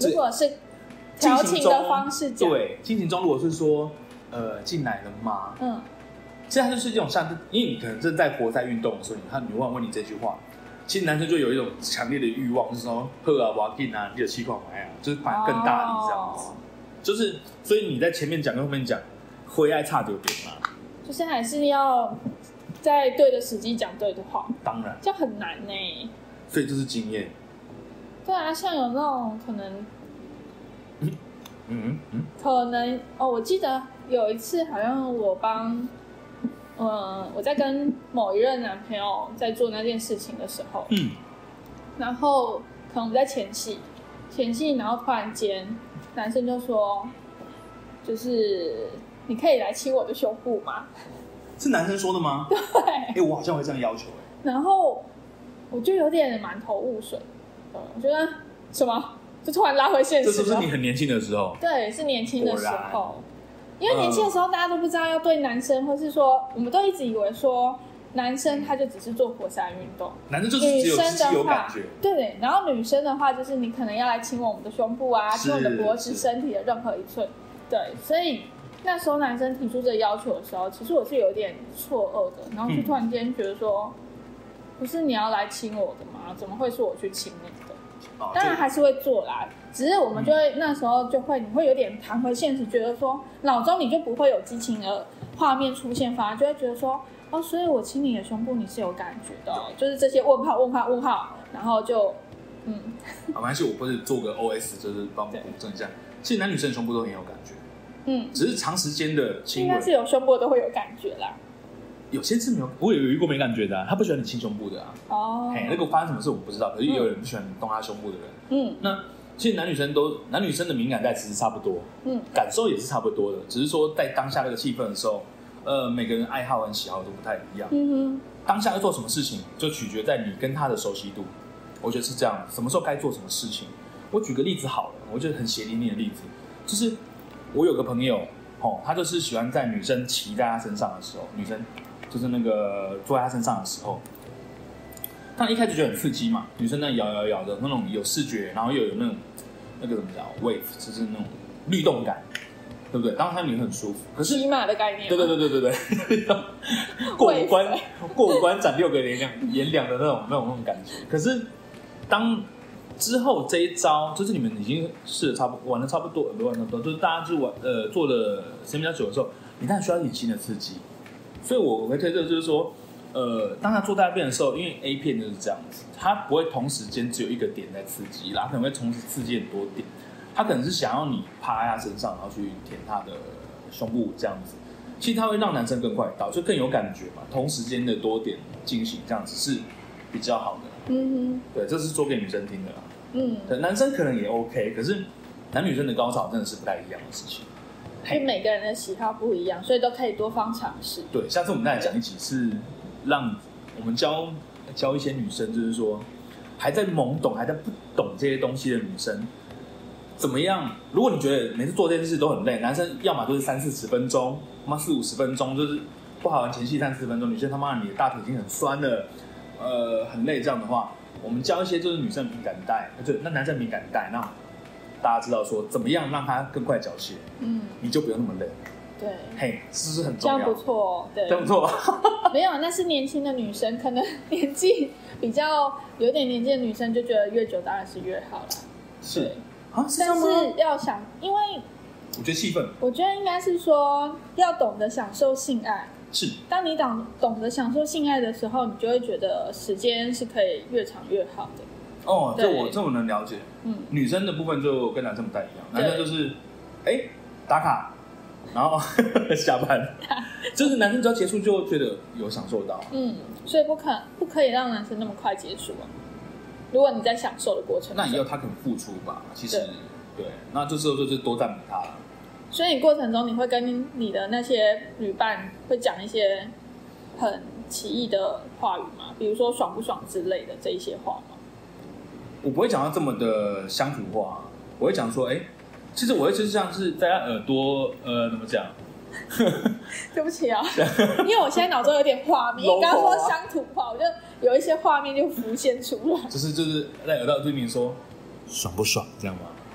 如果是调情的方式讲， 对，进行中如果是说呃进来了吗？嗯，其实它就是这种像，因为你可能正在活塞运动的时候，他女问问你这句话，其实男生就有一种强烈的欲望，就是说喝啊，我要进啊，你的气矿来啊，就是反而更大力这样子。哦、就是所以你在前面讲跟后面讲，会爱差丢点嘛， 就是还是要在对的时机讲对的话。 当然， 这样很难呢、欸。 所以这是经验。 对啊，像有那种可能。 嗯嗯嗯， 可能哦，我记得有一次好像我帮，嗯、呃，我在跟某一任男朋友在做那件事情的时候，嗯，然后可能我们在前戏，前戏，然后突然间男生就说，就是你可以来亲我的胸部吗？ 是男生说的吗？ 对， 哎、欸，我好像会这样要求哎、 欸，然后我就有点满头雾水，嗯，我觉得什么？就突然拉回现实。 这是不是你很年轻的时候？ 对，是年轻的时候。因为年轻的时候，大家都不知道要对男生，或是说，我们都一直以为说，男生他就只是做活塞运动， 男生就是只有自己有感觉。 对，然后女生的话，就是你可能要来亲我们的胸部啊，亲我们的脖子、身体的任何一寸。对，所以那时候男生提出这个要求的时候，其实我是有点错愕的，然后就突然间觉得说，不是你要来亲我的吗？怎么会是我去亲你的？当然还是会做啦，只是我们就会、嗯、那时候就会你会有点弹回现实，觉得说脑中你就不会有激情的画面出现，反而就会觉得说哦，所以我亲你的胸部你是有感觉的、哦，就是这些问号问号问号，然后就嗯， 没关系，我不是做个 O S， 就是帮我补正一下。其实男女生的胸部都很有感觉，嗯，只是长时间的亲吻， 应该是有胸部都会有感觉啦。 有些是没有，我有遇过没感觉的、啊，他不喜欢你亲胸部的啊。哦，哎，那个发生什么事我不知道，可是也有人不喜欢动他胸部的人。嗯，那其实男女生都男女生的敏感带其实差不多，嗯，感受也是差不多的，只是说在当下那个气氛的时候，呃，每个人爱好跟喜好都不太一样。嗯哼，当下要做什么事情，就取决在你跟他的熟悉度。我觉得是这样，什么时候该做什么事情。我举个例子好了，我觉得很血淋淋的例子，就是我有个朋友，哦，他就是喜欢在女生骑在他身上的时候，女生。就是那个坐在他身上的时候，他一开始就很刺激嘛，女生那摇摇摇的那种有视觉，然后又有那种那个怎么讲 wave， 就是那种律动感，对不对？当然他女生很舒服，可是骑马的概念， 对对对对对对，过五关过五关斩六个颜良颜良的那种那种那种感觉。可是当之后这一招，就是你们已经试的差不多，玩的差不多，不玩的多，就是大家就玩呃做的时间比较久的时候，你当然需要一点新的刺激。所以我会推测就是说，呃，当他做大便的时候，因为 A 片就是这样子，它不会同时间只有一个点在刺激，然后可能会同时刺激很多点。他可能是想要你趴在他身上，然后去舔他的胸部这样子。其实它会让男生更快到，就更有感觉嘛。同时间的多点进行这样子是比较好的。嗯哼，对，这是做给女生听的啦。嗯，对，男生可能也 OK， 可是男女生的高潮真的是不太一样的事情。 因为每个人的喜好不一样，所以都可以多方尝试。 对，下次我们再来讲一起，是让我们教教一些女生，就是说还在懵懂、还在不懂这些东西的女生，怎么样？如果你觉得每次做这件事都很累，男生要么就是三四十分钟，他妈四五十分钟，就是不好玩前戏三四十分钟，女生他妈你的大腿已经很酸了，呃，很累这样的话，我们教一些就是女生敏感带，对，那男生敏感带，那大家知道说怎么样让它更快缴械，嗯，你就不用那么累。对，嘿，是不是很重要？ 这样不错，对， 这样不错。 没有，那是年轻的女生，可能年纪比较有点年纪的女生就觉得越久当然是越好了。 是啊，是但是要想，因为我觉得气氛， 我觉得应该是说要懂得享受性爱。 是， 当你懂懂得享受性爱的时候，你就会觉得时间是可以越长越好的。 哦，这我这我能了解。嗯，女生的部分就跟男生不太一样，男生就是哎打卡，然后下班，就是男生只要结束就觉得有享受到。嗯， 所以不可不可以让男生那么快结束啊？如果你在享受的过程中， 那也要他肯付出吧。其实 对, 对，那这时候就是多赞美他了。 所以你过程中你会跟你的那些女伴会讲一些很奇异的话语吗？比如说爽不爽之类的这一些话吗？ 我不会讲到这么的乡土话，我会讲说，哎、欸，其实我会就是像是在他耳朵，呃，怎么讲？ 对不起啊，因为我现在脑中有点画面，你刚刚说乡土话，我就有一些画面就浮现出来。 就是就是在耳道对面说，爽不爽这样吗？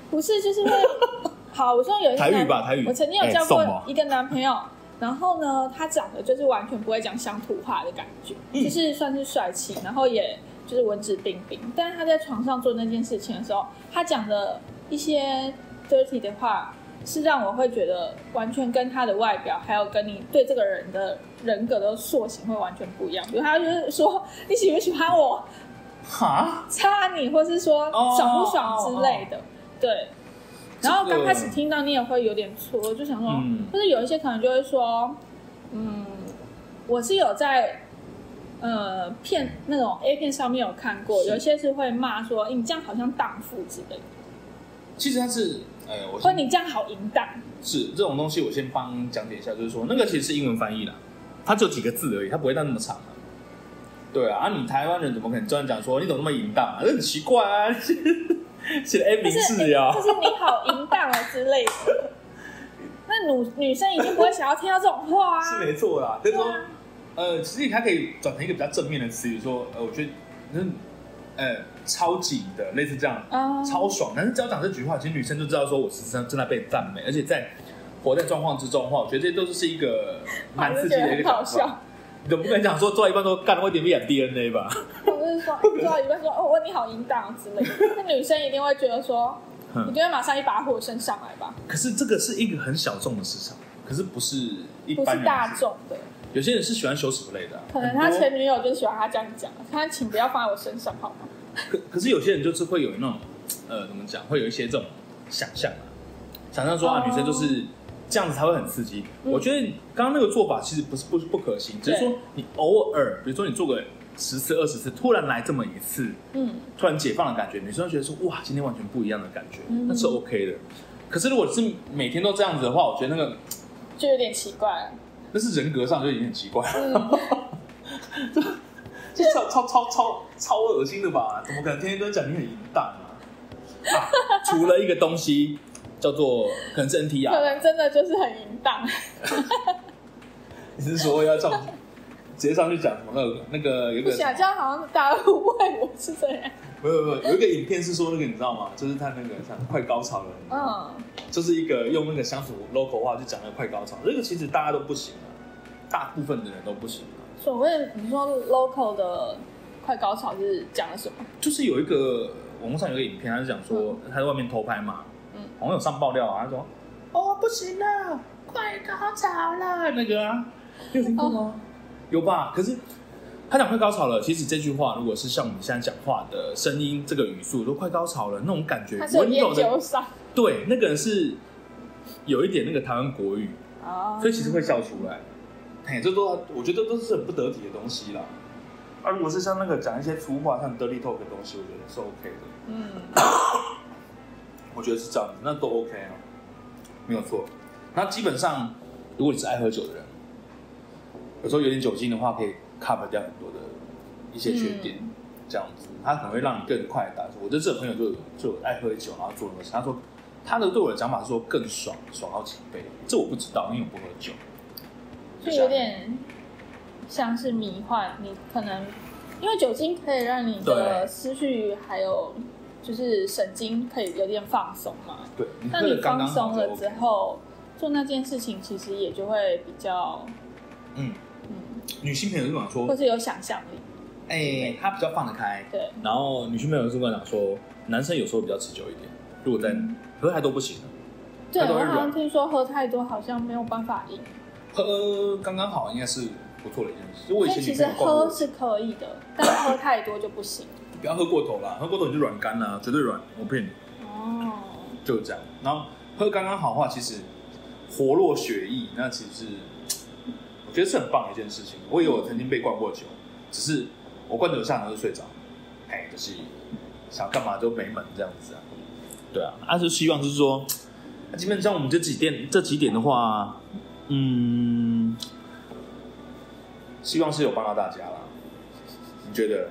不是，就是会好。我说有一个台语吧，台语。 我曾经有交过一个男朋友，欸、然后呢，他长得就是完全不会讲乡土话的感觉，嗯、就是算是帅气，然后也就是文质彬彬。但是他在床上做那件事情的时候，他讲的一些 dirty 的话，是让我会觉得完全跟他的外表，还有跟你对这个人的人格的塑形会完全不一样。比如他就是说你喜不喜欢我， 哈， 插你，或是说爽不爽之类的， oh, oh, oh. 对。然后刚开始听到你也会有点错，就想说，嗯、就是有一些可能就会说，嗯，我是有在呃片那种 A 片上面有看过，有些是会骂说、欸、你这样好像荡妇之类的。 其实它是，呃，我或你这样好淫荡。 是这种东西，我先帮讲解一下，就是说那个其实是英文翻译啦，它只有几个字而已，它不会到那么长啊。对啊，啊你台湾人怎么可能专门讲说你怎么那么淫荡啊？这很奇怪啊。写的 A 名字呀， 就是你好淫荡啊之类的。那女女生一定不会想要听到这种话啊。 是没错啦，就是说，啊、呃，其实它可以转成一个比较正面的词语，说，呃，我觉得，嗯，呃，超级的，类似这样，啊、超爽。但是只要讲这句话，其实女生就知道说我是正正在被赞美，而且在活在状况之中的话，我觉得这些都是一个蛮刺激的一个讲法。你总不可能讲说做到一半说干我点不演 D N A 吧？ 我就是说做到一半说哦，我你好淫荡之类的，那女生一定会觉得说，你就会马上一把火升上来吧？ 可是这个是一个很小众的市场，可是不是一般人， 不是大众的。 有些人是喜欢羞耻类的、啊， 可能他前女友就喜欢他这样讲，他请不要放在我身上好吗？ 可可是有些人就是会有那种呃怎么讲，会有一些这种想象啊，想象说啊、哦、女生就是这样子才会很刺激。嗯、我觉得刚刚那个做法其实不是不不可行，只是说你偶尔，比如说你做个十次、二十次，突然来这么一次，嗯，突然解放的感觉，女生会觉得说哇，今天完全不一样的感觉，嗯、那是 OK 的。可是如果是每天都这样子的话，我觉得那个就有点奇怪了。 那是人格上就已经很奇怪了，嗯、就就超超超超超恶心的吧？怎么可能天天都讲你很淫荡啊？啊，除了一个东西叫做可能是 N T R， 可能真的就是很淫荡。 你是说要这样直接上去讲什么？那个那个有一个， 不想这样好像大家误会我是这样。 没有没有，有一个影片是说那个你知道吗？就是他那个像快高潮了，嗯，就是一个用那个乡土 local 话去讲那个快高潮，这个其实大家都不行啊，大部分的人都不行啊。 所谓你说 local 的快高潮是讲了什么？ 就是有一个网络上有一个影片，他是讲说、嗯、他在外面偷拍嘛，嗯，好像有上爆料啊，他说哦不行了，快高潮了，那个啊，你有听过吗？哦、有吧？可是。他讲快高潮了，其实这句话如果是像我们现在讲话的声音，这个语速说快高潮了那种感觉， 他是有研究上， 对，那个人是有一点那个台湾国语，哦，所以其实会笑出来。嘿，这都我觉得都是很不得体的东西啦。啊，如果是像那个讲一些粗话，像 dirty talk 的东西，我觉得是 OK 的。嗯，我觉得是这样子，那都 OK 啊，没有错。那基本上，如果你是爱喝酒的人，有时候有点酒精的话，可以cover 掉很多的一些缺点，嗯、这样子，它可能会让你更快的打出。我的这个朋友就就爱喝酒，然后做那个事，他说他的对我的讲法是说更爽，爽好几倍。这我不知道，因为我不喝酒， 就有点像是迷幻。你可能因为酒精可以让你的思绪还有就是神经可以有点放松嘛。 对， 那你放松了之后，做那件事情其实也就会比较嗯。 女性朋友就跟我说， 或是有想象力， 哎、欸，他比较放得开。 对， 然后女性朋友就跟我讲说，男生有时候比较持久一点，如果在、嗯、喝太多不行了。 对，我好像听说喝太多好像没有办法赢。 喝刚刚好应该是不错的一件事。我以前其实喝是可以的，但喝太多就不行。 不要喝过头啦，喝过头你就软干啦，绝对软，我骗你。哦，就是这样。然后喝刚刚好的话，其实活络血液，那其实是。我觉得是很棒的一件事情。我以为我曾经被灌过酒，只是我灌酒下然后就睡着，哎，就是想干嘛都没门这样子啊。对啊，啊就希望就是说，基本上我们这几点这几点的话，嗯，希望是有帮到大家啦。你觉得？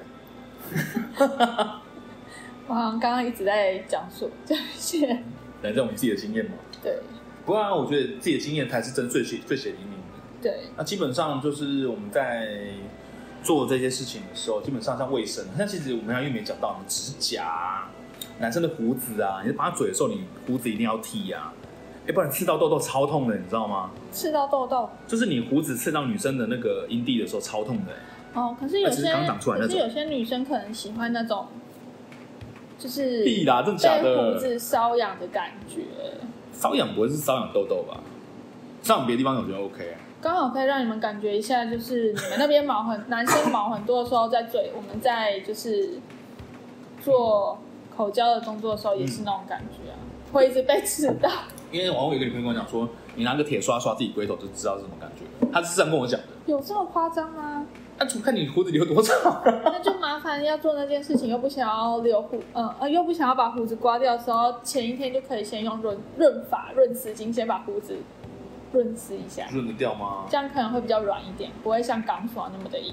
我好像刚刚一直在讲述这些， 来自我们自己的经验嘛。 对。 不过、啊、我觉得自己的经验才是真最血最血淋淋。 对， 那基本上就是我们在做这些事情的时候，基本上像卫生，像其实我们刚刚又没讲到，指甲， 男生的胡子啊，你拔嘴的时候，你胡子一定要剃啊，要不然刺到痘痘超痛的，你知道吗？ 刺到痘痘， 就是你胡子刺到女生的那个阴蒂的时候超痛的。 哦，可是有些刚长出来那种， 可是有些女生可能喜欢那种，就是屁啦，真的假的？ 被胡子瘙痒的感觉。 瘙痒不会是瘙痒痘痘吧？瘙痒别的地方我觉得 OK 啊。 刚好可以让你们感觉一下，就是你们那边毛很男生毛很多的时候，在嘴我们在就是做口交的动作的时候，也是那种感觉啊，嗯、会一直被刺到。 因为网友有一个女朋友跟我讲说，你拿个铁刷刷自己龟头就知道是什么感觉。她是这样跟我讲的。 有这么夸张吗？ 那、啊、就看你胡子留多长、啊。 那就麻烦要做那件事情，又不想要留胡，嗯呃，又不想要把胡子刮掉的时候，前一天就可以先用润润发、润丝巾先把胡子润丝一下。 润得掉吗？ 这样可能会比较软一点，不会像钢刷那么的硬。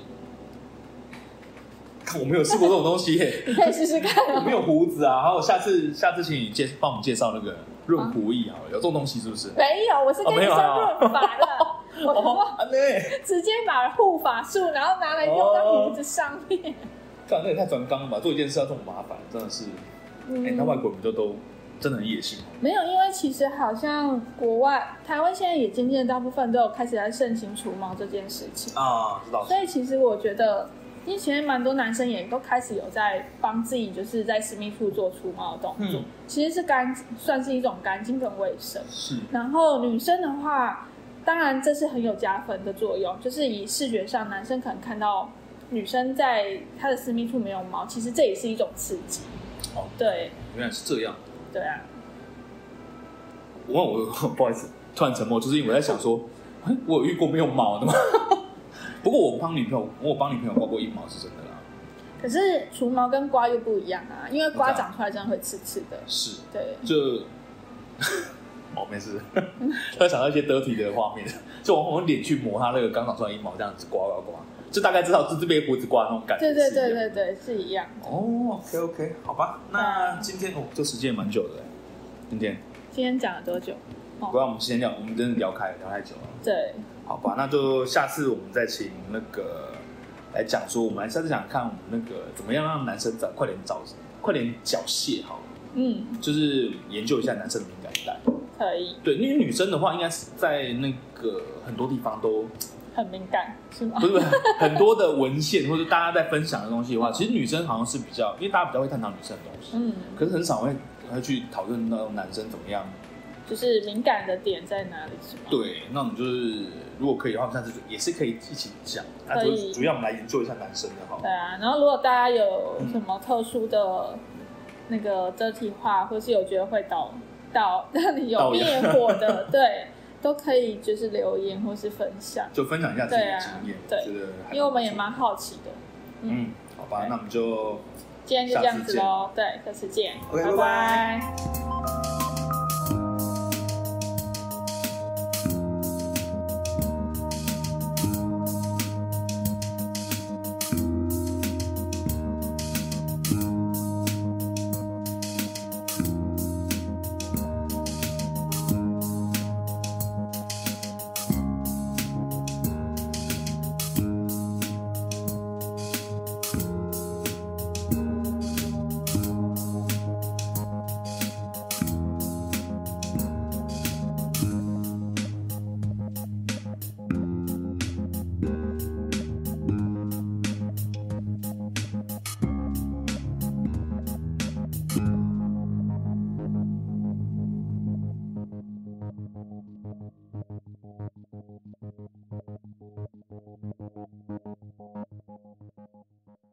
我没有试过这种东西耶。 你可以试试看、哦。 我没有胡子啊，好，下次下次请你介帮我们介绍那个润胡液好了，有这种东西是不是？ 没有，我是跟你说润发的。我说、 哦、 直接把护发素，然后拿来用在胡子上面。 这、哦、那也太转刚了吧！做一件事要这么麻烦，真的是。哎、嗯，那、欸、外国人就都真的很野心。 没有，因为其实好像国外、台湾现在也渐渐大部分都有开始在盛行除毛这件事情啊，知道。 所以其实我觉得，因为其实蛮多男生也都开始有在帮自己，就是在私密处做除毛的动作，嗯、其实是干，算是一种干净跟卫生。 是。 然后女生的话。当然，这是很有加分的作用，就是以视觉上，男生可能看到女生在她的私密处没有毛，其实这也是一种刺激。 哦， 对， 原来是这样。 对啊。 我我不好意思，突然沉默，就是因为我在想说，我有遇过没有毛的吗？不过我帮女朋友，我帮女朋友刮过阴毛是真的啦。 可是除毛跟刮又不一样啊，因为刮长出来真的会刺刺的。 是。 对。 就。哦，没事。突然想到一些得体的画面，就我用脸去磨他那个刚长出来阴毛，这样子刮刮刮，就大概知道是被胡子刮那种感觉。 对对对对对，是一样。 哦 ，OK OK， 好吧，那今天哦，这时间也蛮久的哎。今天今天讲了多久？ 哦、不然我们先聊，我们真的聊开聊太久了。 对， 好吧，那就下次我们再请那个来讲说，我们来下次讲看我们那个怎么样让男生早快点早快点缴械好了。嗯，就是研究一下男生的敏感带。 可以， 对，因为女生的话，应该是在那个很多地方都很敏感，是吗？ 不是，很多的文献或者大家在分享的东西的话，其实女生好像是比较，因为大家比较会探讨女生的东西，嗯，可是很少会会去讨论那种男生怎么样， 就是敏感的点在哪里，是吗？ 对，那我们就是如果可以的话，下次也是可以一起讲，可以，主要我们来研究一下男生的哈。 对啊，然后如果大家有什么特殊的那个得体化，或是有觉得会导。到让你有灭火的，对，都可以就是留言或是分享， 就分享一下自己的经验， 对、啊，对，因为我们也蛮好奇的。嗯， 嗯好吧，那我们就今天就这样子喽，对，下次见， okay, 拜拜。